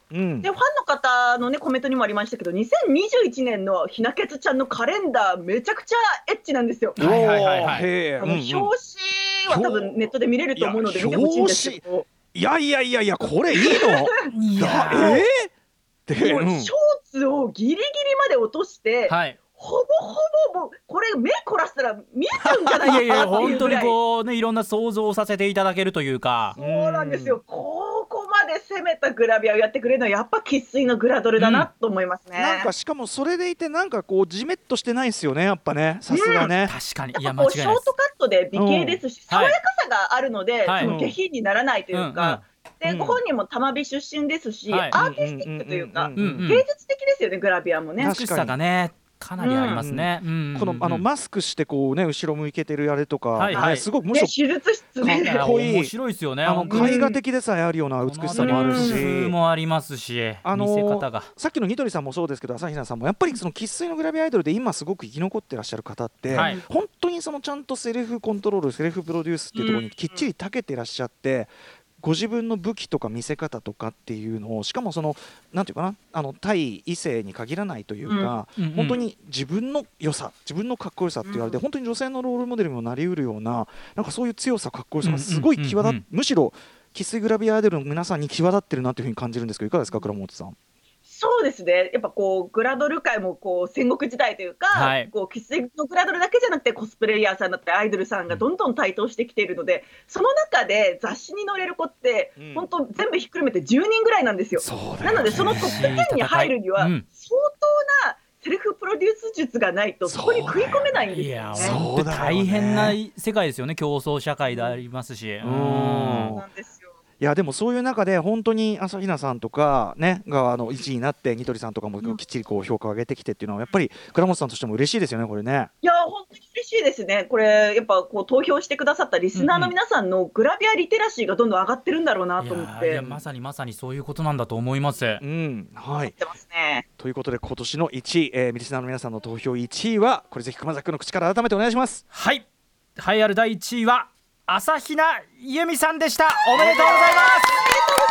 うん、でファンの方の、ね、コメントにもありましたけどにせんにじゅういちねんのひなけつちゃんのカレンダーめちゃくちゃエッチなんですよ。 はいはいはいはい、 あの表紙は多分ネットで見れると思うので見てほしいんですけど、 いやいやいやいやこれいいのいやえー、でもショーツをギリギリまで落として、はい、ほぼほぼもうこれ目凝らしたら見えちゃうんじゃないかなっていうぐらい。いやいや本当にこうねいろんな想像をさせていただけるというか。 そうなんですよ。ここまで攻めたグラビアをやってくれるのはやっぱ生粋のグラドルだなと思いますね、 うん、なんかしかもそれでいてなんかこうジメッとしてないですよねやっぱねさすがね、 うん、確かにいや間違いないです。ショートカットで美形ですし、うん、爽やかさがあるので、はい、その下品にならないというか、うんうん、でご本人も多摩美出身ですし、はい、アーティスティックというか、うんうんうん、芸術的ですよねグラビアもね。 美しさがねかなりありますね、うんうんうん、 このあのマスクしてこうね後ろ向いけてるあれとか、 はいはい、 ね、すごくむしろ手術室ねかっこいい面白いですよね。 あの絵画的でさえあるような美しさもあるし、 工夫もありますし、あの見せ方がさっきのニトリさんもそうですけど朝比奈さんもやっぱりその生粋のグラビアアイドルで今すごく生き残ってらっしゃる方って、はい、本当にそのちゃんとセルフコントロールセルフプロデュースっていうところにきっちり長けてらっしゃって、ご自分の武器とか見せ方とかっていうのをしかもそのなんていうかなあの対異性に限らないというか、うんうんうん、本当に自分の良さ自分のかっこよさって言われて、うん、本当に女性のロールモデルにもなりうるようななんかそういう強さかっこよさがすごい際立っ、うんうんうんうん、むしろ生粋グラビアアイドルの皆さんに際立ってるなというふうに感じるんですけどいかがですか倉本さん。 そうですねやっぱこうグラドル界もこう戦国時代というか、はい、こう生粋のグラドルだけじゃなくてコスプレイヤーさんだったりアイドルさんがどんどん台頭してきているので、うん、その中で雑誌に載れる子って、うん、本当全部ひっくるめてじゅうにんぐらいなんですよ。なのでそのトップじゅうに入るには相当なセルフプロデュース術がないとそこに食い込めないんですよね。いやそうだよね。大変な世界ですよね。競争社会でありますし、うん、 そうなんですよ。 いやでもそういう中で本当に朝比奈さんとかねがあのいちいになってニトリさんとかもきっちりこう評価を上げてきてっていうのはやっぱり倉本さんとしても嬉しいですよねこれね。 いや本当に嬉しいですね。これやっぱこう投票してくださったリスナーの皆さんのグラビアリテラシーがどんどん上がってるんだろうなと思って、 いやいやまさにまさにそういうことなんだと思います。 うんはい。 ってますね。 ということで今年のいちい、えー、リスナーの皆さんの投票いちいはこれぜひ熊崎君の口から改めてお願いします。 はい。栄えあるだいいちいは朝比奈由美さんでした。おめでとうございます。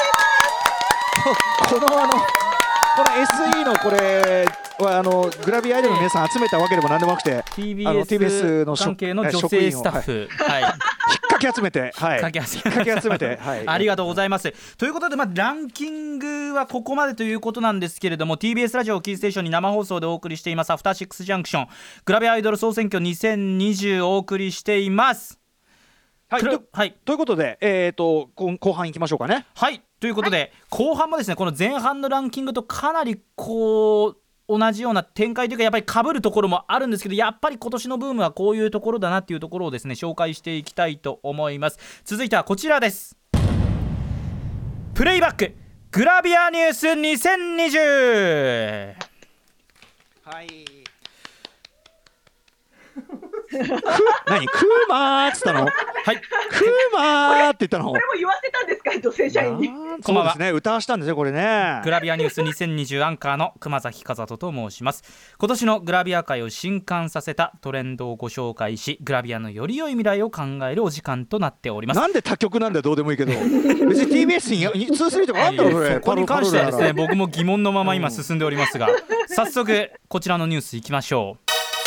このあのこの エスイー のこれはあのグラビアアイドルの皆さん集めたわけでも何でもなくてティービーエス の関係の女性スタッフ、はいはい、 引っかき集めて、はい、 引っかき集めて、 はい、 ありがとうございます。ということで、まあ、ランキングはここまでということなんですけれども ティービーエス ラジオキーステーションに生放送でお送りしていますアフターシックスジャンクショングラビアアイドル総選挙にせんにじゅうお送りしています。 はい、と, はい、ということで、えー、と後半いきましょうかね。 はいということで、はい、後半もですねこの前半のランキングとかなりこう同じような展開というかやっぱり被るところもあるんですけどやっぱり今年のブームはこういうところだなっていうところをですね紹介していきたいと思います。続いてはこちらです。プレイバックグラビアニュースにせんにじゅう。 はい何クーマーっつったのはいクーマーって言ったのこれも言わせたんですか女性社員に。 そうですね歌わしたんですねこれね。 グラビアニュースにせんにじゅうアンカーの熊崎和人と申します。今年のグラビア界を震撼させたトレンドをご紹介しグラビアのより良い未来を考えるお時間となっております。 なんで他局なんだよどうでもいいけど別に ティービーエス ににツースリーとかあんだろそれ。 そこに関してはですね僕も疑問のまま今進んでおりますが、うん、早速こちらのニュースいきましょう。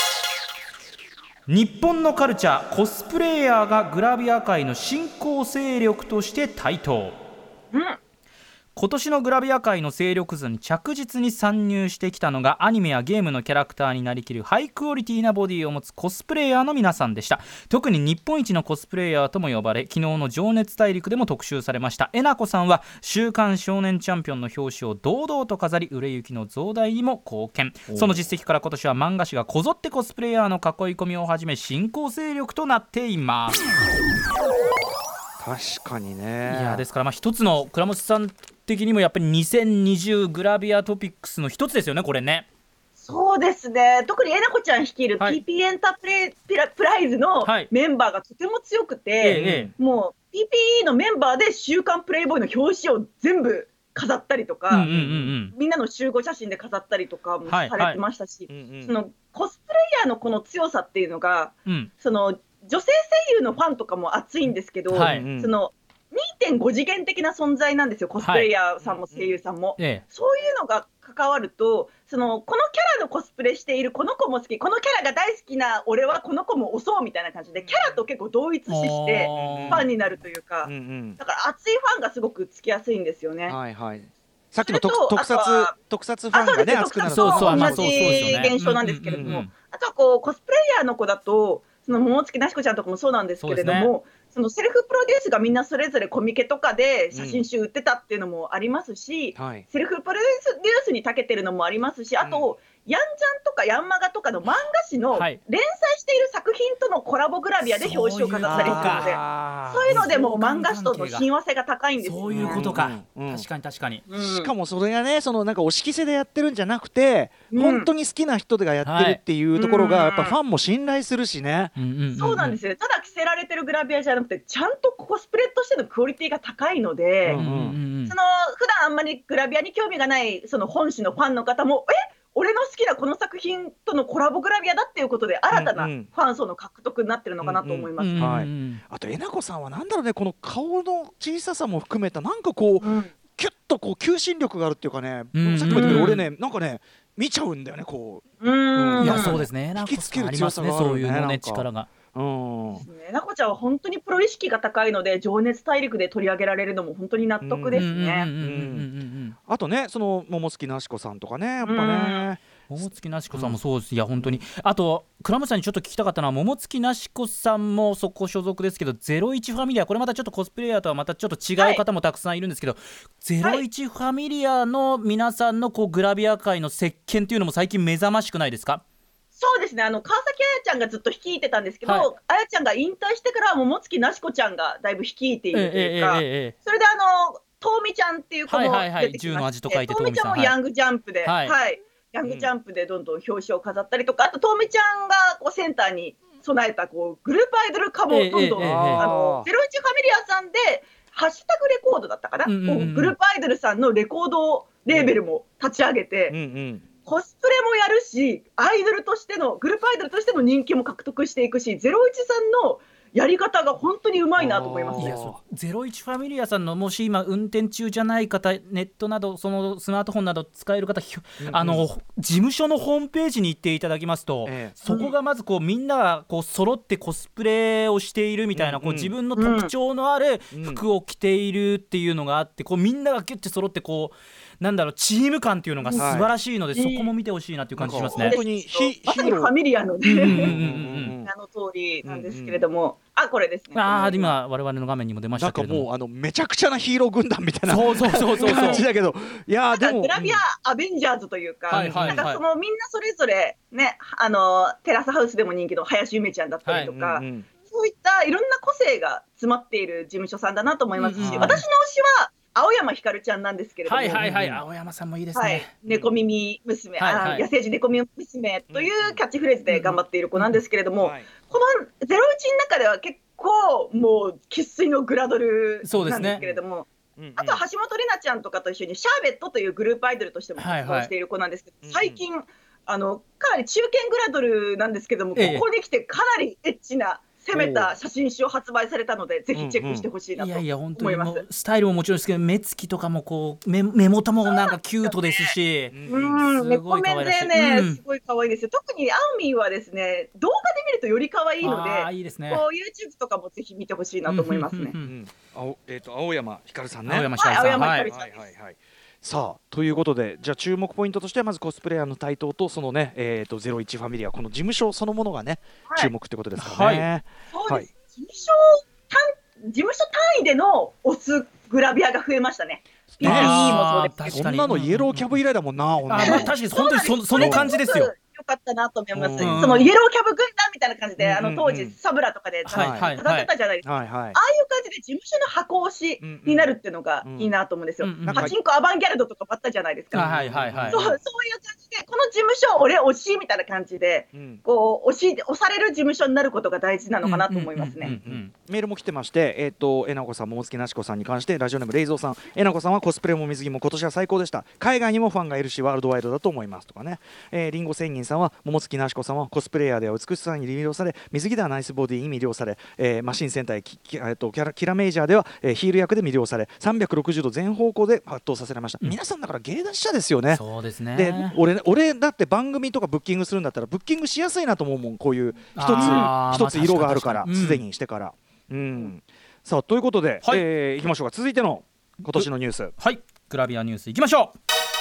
日本のカルチャーコスプレイヤーがグラビア界の新興勢力として台頭、うん、今年のグラビア界の勢力図に着実に参入してきたのがアニメやゲームのキャラクターになりきるハイクオリティなボディを持つコスプレイヤーの皆さんでした。特に日本一のコスプレイヤーとも呼ばれ昨日の情熱大陸でも特集されましたえなこさんは週刊少年チャンピオンの表紙を堂々と飾り売れ行きの増大にも貢献。その実績から今年は漫画誌がこぞってコスプレイヤーの囲い込みをはじめ新興勢力となっています。 確かにね。 いやですからまあ一つの倉本さん的にもやっぱりにせんにじゅうグラビアトピックスの一つですよねこれね。 そうですね特にえなこちゃん率いる ピーピー エンタープレプラプライズのメンバーがとても強くて、はい、もう ピーピーイー のメンバーで週刊プレイボーイの表紙を全部飾ったりとか、うんうんうんうん、みんなの集合写真で飾ったりとかもされてましたし、はいはい、そのコスプレイヤーのこの強さっていうのが、うん、その女性声優のファンとかも熱いんですけど、はい、そのにてんご 次元的な存在なんですよ、コスプレイヤーさんも声優さんも、 はいええ、 そういうのが関わると、そのこのキャラのコスプレしているこの子も好き、このキャラが大好きな俺はこの子も推そうみたいな感じでキャラと結構同一視してファンになるというか、うんうん、だから熱いファンがすごくつきやすいんですよね。 はいはい、さっきの特撮特撮ファンがね熱くなると同じ現象なんですけれども、あとはこうコスプレイヤーの子だとその桃月なしこちゃんとかもそうなんですけれども、そのセルフプロデュースがみんなそれぞれコミケとかで写真集売ってたっていうのもありますし、うんはい、セルフプロデュースに長けてるのもありますし、あと、うん、ヤンジャンとかヤンマガとかの漫画誌の連載している作品とのコラボグラビアで表紙を飾ったりするので、そういうのでも漫画誌との親和性が高いんですよね。 そういうことか、うん、確かに確かに、 うん、しかもそれがね、そのなんか押し着せでやってるんじゃなくて、うん、本当に好きな人がやってるっていうところが、はい、やっぱファンも信頼するしね、 うんうんうん、そうなんですよ。ただ着せられてるグラビアじゃなくてちゃんとコスプレとしてのクオリティが高いので、うんうんうん、その普段あんまりグラビアに興味がないその本誌のファンの方も、え俺の好きなこの作品とのコラボグラビアだっていうことで新たなファン層の獲得になってるのかなと思います。 あとえなこさんはなんだろうね、この顔の小ささも含めたなんかこう、うん、キュッとこう求心力があるっていうかね、うん、さっきも言ったけど俺ねなんかね見ちゃうんだよね、こう、 うん、いやそうですね、 引きつける強さがあるね、 そういうのね、力が。 うん、なこちゃんは本当にプロ意識が高いので情熱大陸で取り上げられるのも本当に納得ですね。 あとね、その桃月なしこさんとかね、やっぱね、 桃月なしこさんもそうです、うん、いや本当に。あと倉持さんにちょっと聞きたかったのは、桃月なしこさんもそこ所属ですけど、ゼロイチファミリア、これまたちょっとコスプレイヤーとはまたちょっと違う方もたくさんいるんですけど、はい、ゼロイチファミリアの皆さんのこうグラビア界の席巻というのも最近目覚ましくないですか？ そうですね、あの川崎あやちゃんがずっと率いてたんですけど、はい、あやちゃんが引退してからは桃月なしこちゃんがだいぶ率いているというか、えええええ、それであのとうみちゃんっていう子も出てきまして、とうみちゃんもヤングジャンプで、はいはい、ヤングジャンプでどんどん表紙を飾ったりとか、あととうみちゃんがこうセンターに備えたこうグループアイドル化もどんどん、ええええ、あのゼロイチファミリアさんでハッシュタグレコードだったかな、うんうんうん、グループアイドルさんのレコードレーベルも立ち上げて、うんうん、コスプレもやるし、アイドルとしてのグループアイドルとしての人気も獲得していくし、ゼロイチさんのやり方が本当にうまいなと思いますね。 ゼロイチファミリアさんのもし今運転中じゃない方、ネットなどそのスマートフォンなど使える方、うんうん、あの事務所のホームページに行っていただきますと、ええ、そこがまずこうみんながこう揃ってコスプレをしているみたいな、うんうん、こう自分の特徴のある服を着ているっていうのがあって、こうみんながギュッて揃ってこうなんだろう、チーム感っていうのが素晴らしいので、はい、そこも見てほしいなっていう感じしますね。 本当にまさにファミリアのね名の通りなんですけれども、うんうん、あこれですね。 あ今我々の画面にも出ましたけれども、 なんかもうあのめちゃくちゃなヒーロー軍団みたいなそうそうそうそう感じだけど、いやでもグラビアアベンジャーズというか、はいはいはい、なんかそのみんなそれぞれね、あのテラスハウスでも人気の林ゆめちゃんだったりとか、はいうんうん、そういったいろんな個性が詰まっている事務所さんだなと思いますし、うんうん、私の推しは青山ひかるちゃんなんですけれども、 はいはいはい、青山さんもいいですね、はい、 猫耳娘、はいはい、野生児猫耳娘というキャッチフレーズで頑張っている子なんですけれども、うんうんはい、このゼロイチの中では結構もう生粋のグラドルなんですけれども、うんうん、あとは橋本里奈ちゃんとかと一緒にシャーベットというグループアイドルとしても活動している子なんですけど、はいはい、最近あのかなり中堅グラドルなんですけども、ええ、ここに来てかなりエッチな攻めた写真集を発売されたので、ぜひチェックしてほしいなと思います。いやいや本当にもうスタイルももちろんですけど、目つきとかもこう 目, 目元もなんかキュートですし、 うん、猫目でね、うん、すごい可愛いですよ。特にアオミンはですね、動画で見るとより可愛いので、 あいいですね、 こう YouTube とかもぜひ見てほしいなと思いますね。 青、えーと、青山ひかるさんね。 青山ひかるさん、はい、 青山ひかるさんです。 はいはいはいはい。さあということで、じゃあ注目ポイントとしてはまずコスプレイヤーの台頭とそのね、えーとゼロイチファミリア、この事務所そのものがね、はい、注目ってことですかね。はい、 そうです、はい、事務所単事務所単位でのオスグラビアが増えましたね。ピーティーイー もそうですけど、 女のイエローキャブ以来だもんな。 あ、まあ、確かに本当に そ, その感じですよ。 よかったなと思います。そのイエローキャブ軍団みたいな感じで、あの当時サブラとかで飾ってたじゃないですか。ああいう感じで事務所の箱推しになるっていうのがいいなと思うんですよ。パチンコアバンギャルドとかもあったじゃないですか。そういう感じでこの事務所俺推しみたいな感じで、うん、こう推し推される事務所になることが大事なのかなと思いますね。 メールも来てまして、えーと、えなこさん、桃月なしこさんに関してラジオネームレイゾーさん、えなこさんはコスプレも水着も今年は最高でした、海外にもファンがいるしワールドワイドだと思いますとかね、えー、リンゴ仙人さんは桃月なしこさんはコスプレイヤーでは美しさに魅了され、水着ではナイスボディに魅了され、えー、マシン戦隊キキ、えー、とキャラキラメイジャーでは、えー、ヒール役で魅了され、さんびゃくろくじゅうど全方向で圧倒させられました、うん、皆さんだから芸達者ですよね。 そうですね。 で 俺, 俺だって番組とかブッキングするんだったらブッキングしやすいなと思うもん、こういう一つ一つ色があるからすで、まあ、にしてから、うんうん、さあということで、はい、えー、いきましょうか。続いての今年のニュース、 はい、グラビアニュースいきましょう。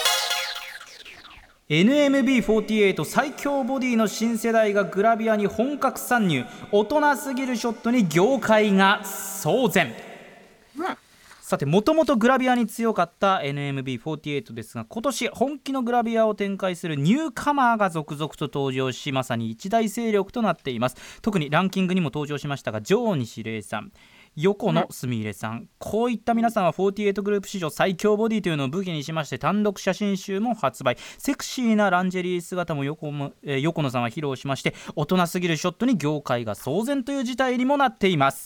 エヌエムビーフォーティーエイト 最強ボディの新世代がグラビアに本格参入、大人すぎるショットに業界が騒然、うん。さて、もともとグラビアに強かった エヌエムビーフォーティーエイト ですが、今年本気のグラビアを展開するニューカマーが続々と登場し、まさに一大勢力となっています。特にランキングにも登場しましたが、城西玲さん、横野すみれさん、こういった皆さんはフォーティーエイトグループ史上最強ボディというのを武器にしまして、単独写真集も発売。セクシーなランジェリー姿も 横, も、えー、横野さんは披露しまして、大人すぎるショットに業界が騒然という事態にもなっています。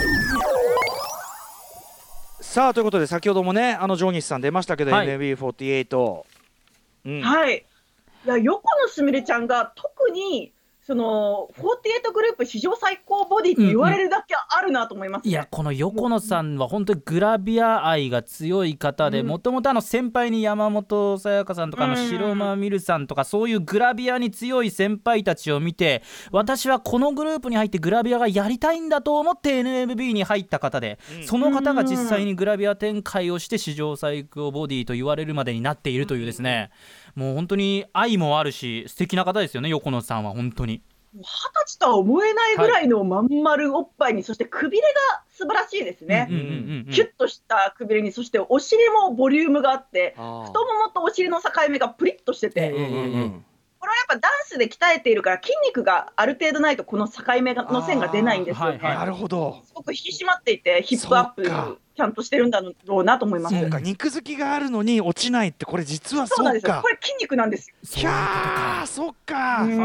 さあということで、先ほどもね、あの城西さん出ましたけど、はい、エヌエムビーフォーティーエイト、 うん、はい、いや横野すみれちゃんが特にそのフォーティーエイトグループ史上最高ボディって言われるだけあるなと思います、ね、 うんうん、いやこの横野さんは本当にグラビア愛が強い方で、もともとあの先輩に山本さやかさんとか、あの白間みるさんとか、そういうグラビアに強い先輩たちを見て、私はこのグループに入ってグラビアがやりたいんだと思って エヌエムビー に入った方で、その方が実際にグラビア展開をして史上最高ボディと言われるまでになっているというですね、もう本当に愛もあるし素敵な方ですよね、横野さんは。本当に二十歳とは思えないぐらいのまん丸おっぱいに、はい、そしてくびれが素晴らしいですね。キュッとしたくびれに、そしてお尻もボリュームがあって、太ももとお尻の境目がプリッとしてて、うんうんうん、これはやっぱダンスで鍛えているから筋肉がある程度ないとこの境目の線が出ないんですよね。 なるほど。 すごく引き締まっていてヒップアップちゃんとしてるんだろうなと思います。 そうか、肉付きがあるのに落ちないって、これ実はそうか。そうなんですよ、 これ筋肉なんですよ。 いやー、そっか、うん、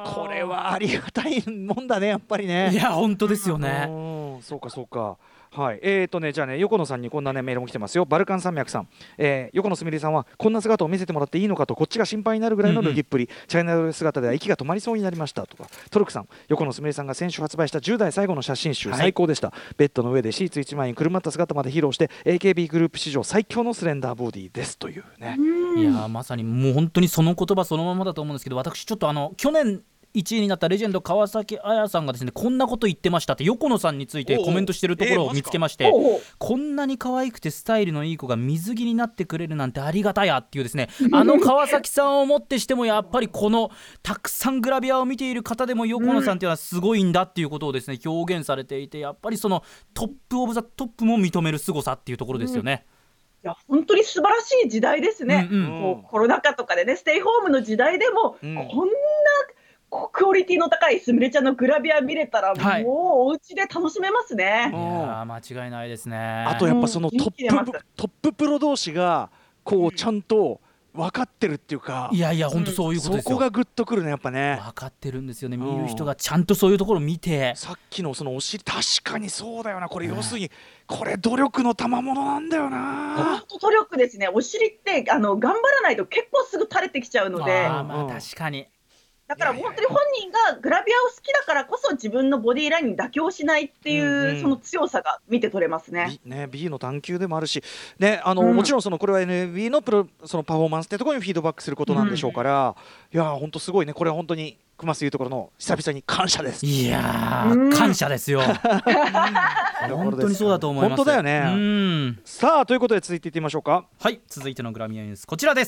これはありがたいもんだね、やっぱりね。 いや本当ですよね。 うん、そうかそうか。はい、えーとね、じゃあね、横野さんにこんな、ね、メールも来てますよ。バルカン山脈さん、えー、横野すみれさんはこんな姿を見せてもらっていいのかとこっちが心配になるぐらいの脱ぎっぷり、うんうん、チャイナドレス姿では息が止まりそうになりましたとか、トルクさん、横野すみれさんが先週発売したじゅう代最後の写真集、はい、最高でした。ベッドの上でシーツいちまいにくるまった姿まで披露して エーケービー グループ史上最強のスレンダーボディですというね。 いやまさにもう本当にその言葉そのままだと思うんですけど、私ちょっとあの去年いちいになったレジェンド川崎彩さんがですね、こんなこと言ってましたって横野さんについてコメントしてるところを見つけまして、こんなに可愛くてスタイルのいい子が水着になってくれるなんてありがたやっていうですね、あの川崎さんをもってしてもやっぱりこのたくさんグラビアを見ている方でも横野さんっていうのはすごいんだっていうことをですね表現されていて、やっぱりそのトップオブザトップも認める凄さっていうところですよね。 いや本当に素晴らしい時代ですね、うんうん、こうコロナ禍とかでねステイホームの時代でも、うん、こんなクオリティの高いすみれちゃんのグラビア見れたら、はい、もうお家で楽しめますね。 いや間違いないですね。 あとやっぱそのトップ、うん、トッププロ同士がこうちゃんと分かってるっていうか、 いやいや本当そういうことですよ、 そこがグッとくるねやっぱね。 分かってるんですよね、見る人がちゃんとそういうところを見て。 さっきのそのお尻確かにそうだよな、これ要するにこれ努力の賜物なんだよな。 本当努力ですね。お尻ってあの頑張らないと結構すぐ垂れてきちゃうので。 あまあ確かに。 だから本当に本人がグラビアを好きだからこそ自分のボディラインに妥協しないっていう、うんうん、その強さが見て取れますね。 B, ね B の探求でもあるし、ね、あの、うん、もちろんそのこれは エヌエムビー のプロそのパフォーマンスってところにフィードバックすることなんでしょうから、うん、いや本当すごいね。これは本当に熊須いうところの久々に感謝です。 いやー、うん、感謝ですよ本当にそうだと思います。 本当だよね。うんさあということで続いていってみましょうか。 はい、続いてのグラビアニュースこちらです。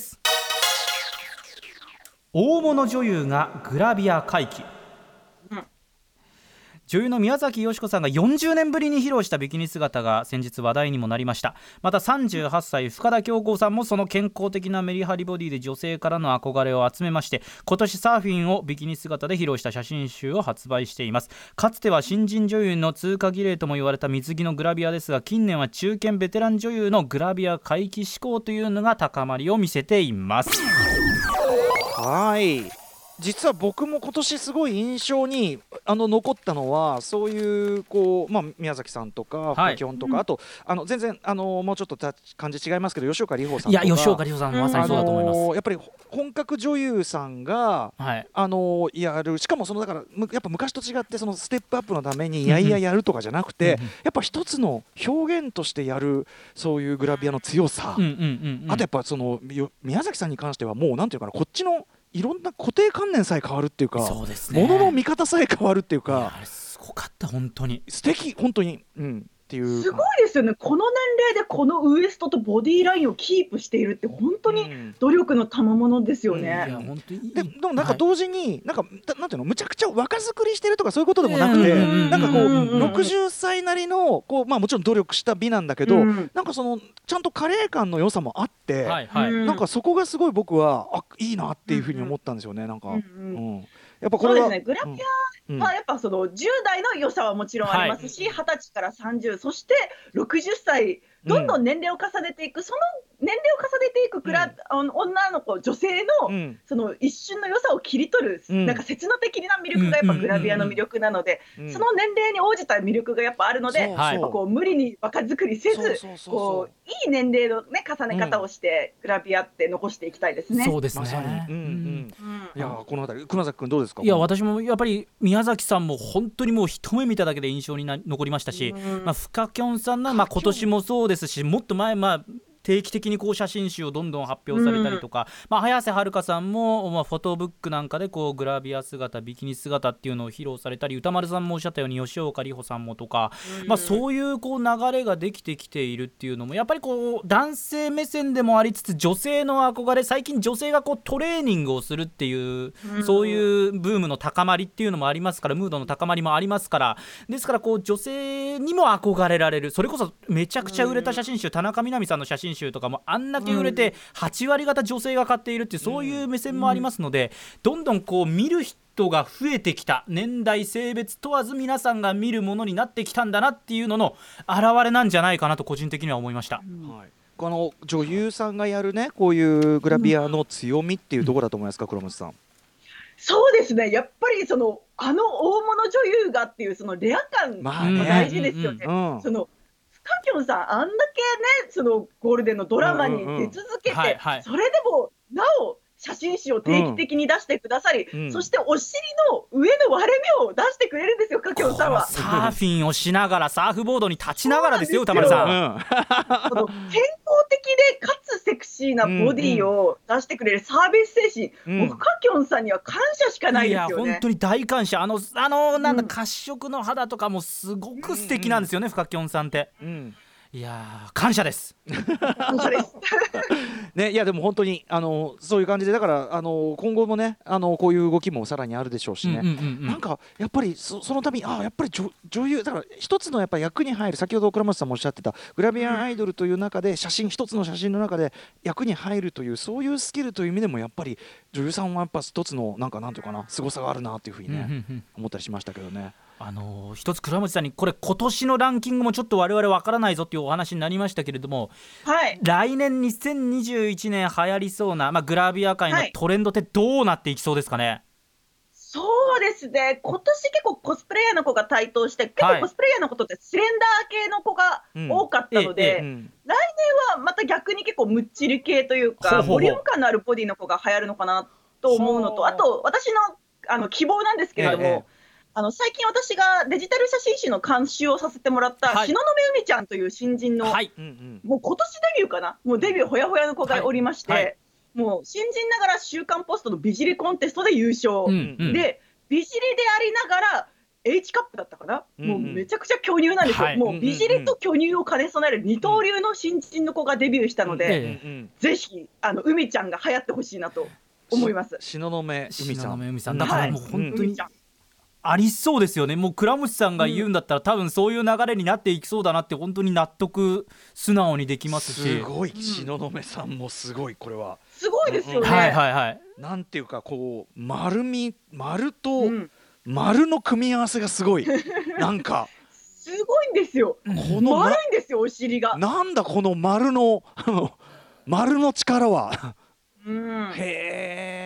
大物女優がグラビア回帰、うん、女優の宮崎美子さんがよんじゅうねんぶりに披露したビキニ姿が先日話題にもなりました。またさんじゅうはっさい深田恭子さんもその健康的なメリハリボディで女性からの憧れを集めまして、今年サーフィンをビキニ姿で披露した写真集を発売しています。かつては新人女優の通過儀礼とも言われた水着のグラビアですが、近年は中堅ベテラン女優のグラビア回帰志向というのが高まりを見せています。 はい、実は僕も今年すごい印象にあの残ったのはそういうこう、まあ、宮崎さんとかはい基本とか、あとあの全然あのもうちょっとた感じ違いますけど吉岡里帆さんいとかや吉岡里帆さんまさにそうだと思います、 あのーやっぱり本格女優さんが、 はいあのーやる、しかもそのだからむやっぱ昔と違ってそのステップアップのためにいやいややるとかじゃなくて、やっぱ一つの表現としてやるそういうグラビアの強さ、 うんうんうんうん、 あとやっぱそのよ宮崎さんに関してはもうなんていうかな、こっちのいろんな固定観念さえ変わるっていうか、 そうですね、 ものの見方さえ変わるっていういやか、 あれすごかった本当に素敵本当に、うんっていうすごいですよね。この年齢でこのウエストとボディラインをキープしているって本当に努力の賜物ですよね。 いや本当にででもなんか同時に、なんかなんていうの、むちゃくちゃ若作りしてるとかそういうことでもなくて、 うんなんかこうんうろくじゅっさいなりのこう、まあ、もちろん努力した美なんだけど、 うんなんかそのちゃんとカレー感の良さもあって、 はいはい、 うんなんかそこがすごい僕はあいいなっていうふうに思ったんですよね。なんか、 うんうんうんやっぱこれはそうですね。グラビアうんまあ、やっぱそのじゅう代の良さはもちろんありますし、はたちからさんじゅう、そしてろくじゅっさい、どんどん年齢を重ねていく、その年齢を重ねていくグラ、あの女の子、女性の、 うんその一瞬の良さを切り取る、 うんなんか刹那的な魅力がやっぱグラビアの魅力なので、 うんその年齢に応じた魅力がやっぱあるので、 そうそうはいやっぱこう無理に若作りせず、 そうそうそうそうこういい年齢の、ね、重ね方をして、グラビアって残していきたいですね。 そうですね、 まさに、うんうんうんいやこの辺り熊崎君どうですか。 いや私もやっぱり宮崎さんも本当にもう一目見ただけで印象にな残りましたし、 うんまあ、フカキョンさんの、まあ、今年もそうですし、もっと前、まあ定期的にこう写真集をどんどん発表されたりとか、うんまあ、早瀬はるかさんも、まあ、フォトブックなんかでこうグラビア姿ビキニ姿っていうのを披露されたり、歌丸さんもおっしゃったように吉岡里帆さんもとか、うんまあ、そういうこう流れができてきているっていうのもやっぱりこう男性目線でもありつつ女性の憧れ、最近女性がこうトレーニングをするっていう、うん、そういうブームの高まりっていうのもありますから、ムードの高まりもありますから、ですからこう女性にも憧れられる、それこそめちゃくちゃ売れた写真集、田中みな実さんの写真集とかもあんだけ売れてはちわり方女性が買っているっていう、そういう目線もありますので、どんどんこう見る人が増えてきた、年代性別問わず皆さんが見るものになってきたんだなっていうのの表れなんじゃないかなと個人的には思いました、 はい、この女優さんがやるねこういうグラビアの強みっていうところだと思いますか、黒松さん。 そうですね、やっぱりそのあの大物女優がっていうそのレア感も大事ですよね。 まあねうんうん、 そのフカキョンさん、あんだけね、そのゴールデンのドラマに出続けて、それでもなお写真集を定期的に出してくださり、うん、そしてお尻の上の割れ目を出してくれるんですよ、フカキョンさんは。 サーフィンをしながら、サーフボードに立ちながらですよ、歌丸さん。 その健康的でかつセクシーなボディを出してくれるサービス精神、うん、もうフカキョンさんには感謝しかないですよね。 いや本当に大感謝。あのあのなんだ褐色の肌とかもすごく素敵なんですよね、うんうん、フカキョンさんって。うんいや感謝です感謝ですね、いやでも本当にあのそういう感じで、だからあの今後もねあのこういう動きもさらにあるでしょうしね、うんうんうんうん、なんかやっぱり そ, そのためにあやっぱり 女, 女優だから一つのやっぱ役に入る、先ほど倉松さんもおっしゃってたグラビアアイドルという中で写真一つの写真の中で役に入るというそういうスキルという意味でもやっぱり女優さんはやっぱ一つのなんかなんていうかな凄さがあるなというふうにね、うんうんうん、思ったりしましたけどね。 あのー、一つ倉持さんにこれ今年のランキングもちょっと我々わからないぞっていうお話になりましたけれども、 はい、 来年にせんにじゅういちねん流行りそうな、まあ、グラビア界のトレンドってどうなっていきそうですかね。 はい、そうですね、今年結構コスプレイヤーの子が台頭して、結構コスプレイヤーの子ってスレンダー系の子が多かったので、うんええうん、来年はまた逆に結構むっちり系というか、ボリューム感のあるボディの子が流行るのかなと思うのと、あと私の、あの希望なんですけれども、ええあの最近私がデジタル写真集の監修をさせてもらった東雲海ちゃんという新人の、はい、もう今年デビューかな、もうデビューほやほやの子がおりまして、はいはい、もう新人ながら週刊ポストの美尻コンテストで優勝、うんうん、で美尻でありながら H カップだったかな、うんうん、もうめちゃくちゃ巨乳なんですよ、はい、もう美尻と巨乳を兼ね備える二刀流の新人の子がデビューしたので、うんうん、ぜひあの海ちゃんが流行ってほしいなと思います。 東雲海さん、 東雲海さんだからもう本当に、うんありそうですよね。もう倉持さんが言うんだったら、うん、多分そういう流れになっていきそうだなって本当に納得素直にできますし、 すごい東雲さんもすごい、これはすごいですよね、 はいはいはい、 なんていうかこう丸み丸と丸の組み合わせがすごいなんかすごいんですよ。この丸いんですよお尻が。 なんだこの丸の丸の力はうん、 へ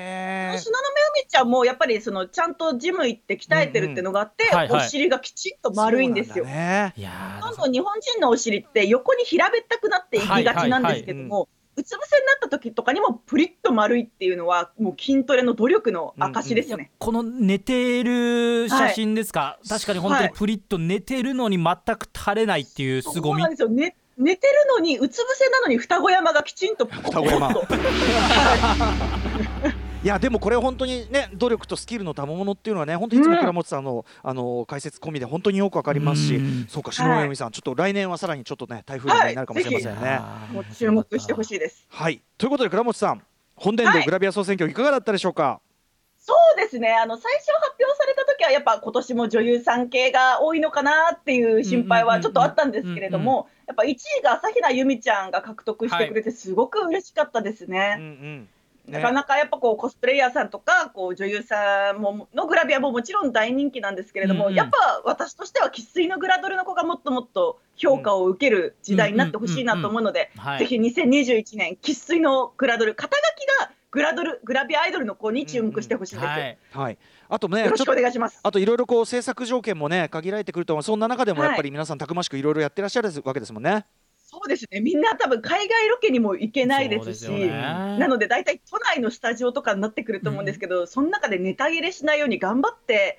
東雲由美ちゃんもやっぱりそのちゃんとジム行って鍛えてるっていうのがあって、うんうんはいはい、お尻がきちんと丸いんですよ。ね、どんどん日本人のお尻って横に平べったくなっていきがちなんですけども、はいはいはい、うつ伏せになった時とかにもプリッと丸いっていうのはもう筋トレの努力の証ですね、うんうん、 この寝てる写真ですか、はい、確かに本当にプリッと寝てるのに全く垂れないっていう凄み。 そうなんですよ、ね、寝てるのにうつ伏せなのに双子山がきちんと双子山いやでもこれ本当にね努力とスキルの賜物っていうのはね本当にいつも倉本さんの、うん、あの解説込みで本当によくわかりますし、うん、そうか篠宮由美さん、はい、ちょっと来年はさらにちょっとね台風になるかもしれませんね、 はい、もう注目してほしいです。 はいということで倉本さん本年度グラビア総選挙いかがだったでしょうか。はい、 そうですね、あの最初発表された時はやっぱ今年も女優さん系が多いのかなっていう心配はちょっとあったんですけれども、やっぱいちいが朝比奈由美ちゃんが獲得してくれてすごく嬉しかったですね。はい、うんうんね、なかなかやっぱこうコスプレイヤーさんとかこう女優さんものグラビアももちろん大人気なんですけれども、うんうん、やっぱ私としては生粋のグラドルの子がもっともっと評価を受ける時代になってほしいなと思うので、ぜひにせんにじゅういちねん生粋のグラドル、肩書きがグラドルグラビアアイドルの子に注目してほしいです、うんうんはいはい、あとねよろしくお願いします。 あといろいろこう制作条件もね限られてくると、そんな中でもやっぱり皆さんたくましくいろいろやってらっしゃるわけですもんね。 そうですね、みんな多分海外ロケにも行けないですし、なので大体都内のスタジオとかになってくると思うんですけど、うん、その中でネタ切れしないように頑張って、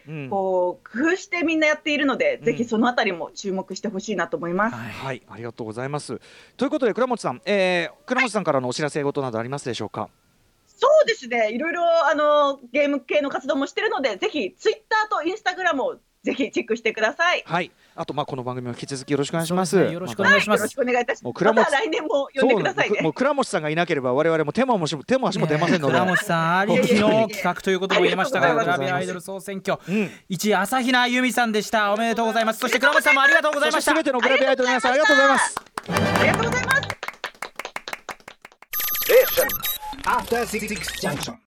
うん、こう工夫してみんなやっているので、うん、ぜひそのあたりも注目してほしいなと思います、 はいはい、ありがとうございます。ということで倉本さん、えー、倉本さんからのお知らせ事などありますでしょうか。はい、 そうですね、いろいろあのゲーム系の活動もしているので、ぜひツイッターとインスタグラムをぜひチェックしてください。 はい、あとまあこの番組も引き続きよろしくお願いします。 よろしくお願いします。 よろしくお願いいたします。また来年も呼んでくださいね。 もう倉本さんがいなければ我々も手も足も手も足も出ませんので、 倉本さんありきの企画ということも言えましたが、グラビアアイドル総選挙いちい朝比奈由美さんでした。おめでとうございます。そして倉本さんもありがとうございました。 すべてのグラビアアイドルの皆さんありがとうございます。 ありがとうございます。 After Six Junction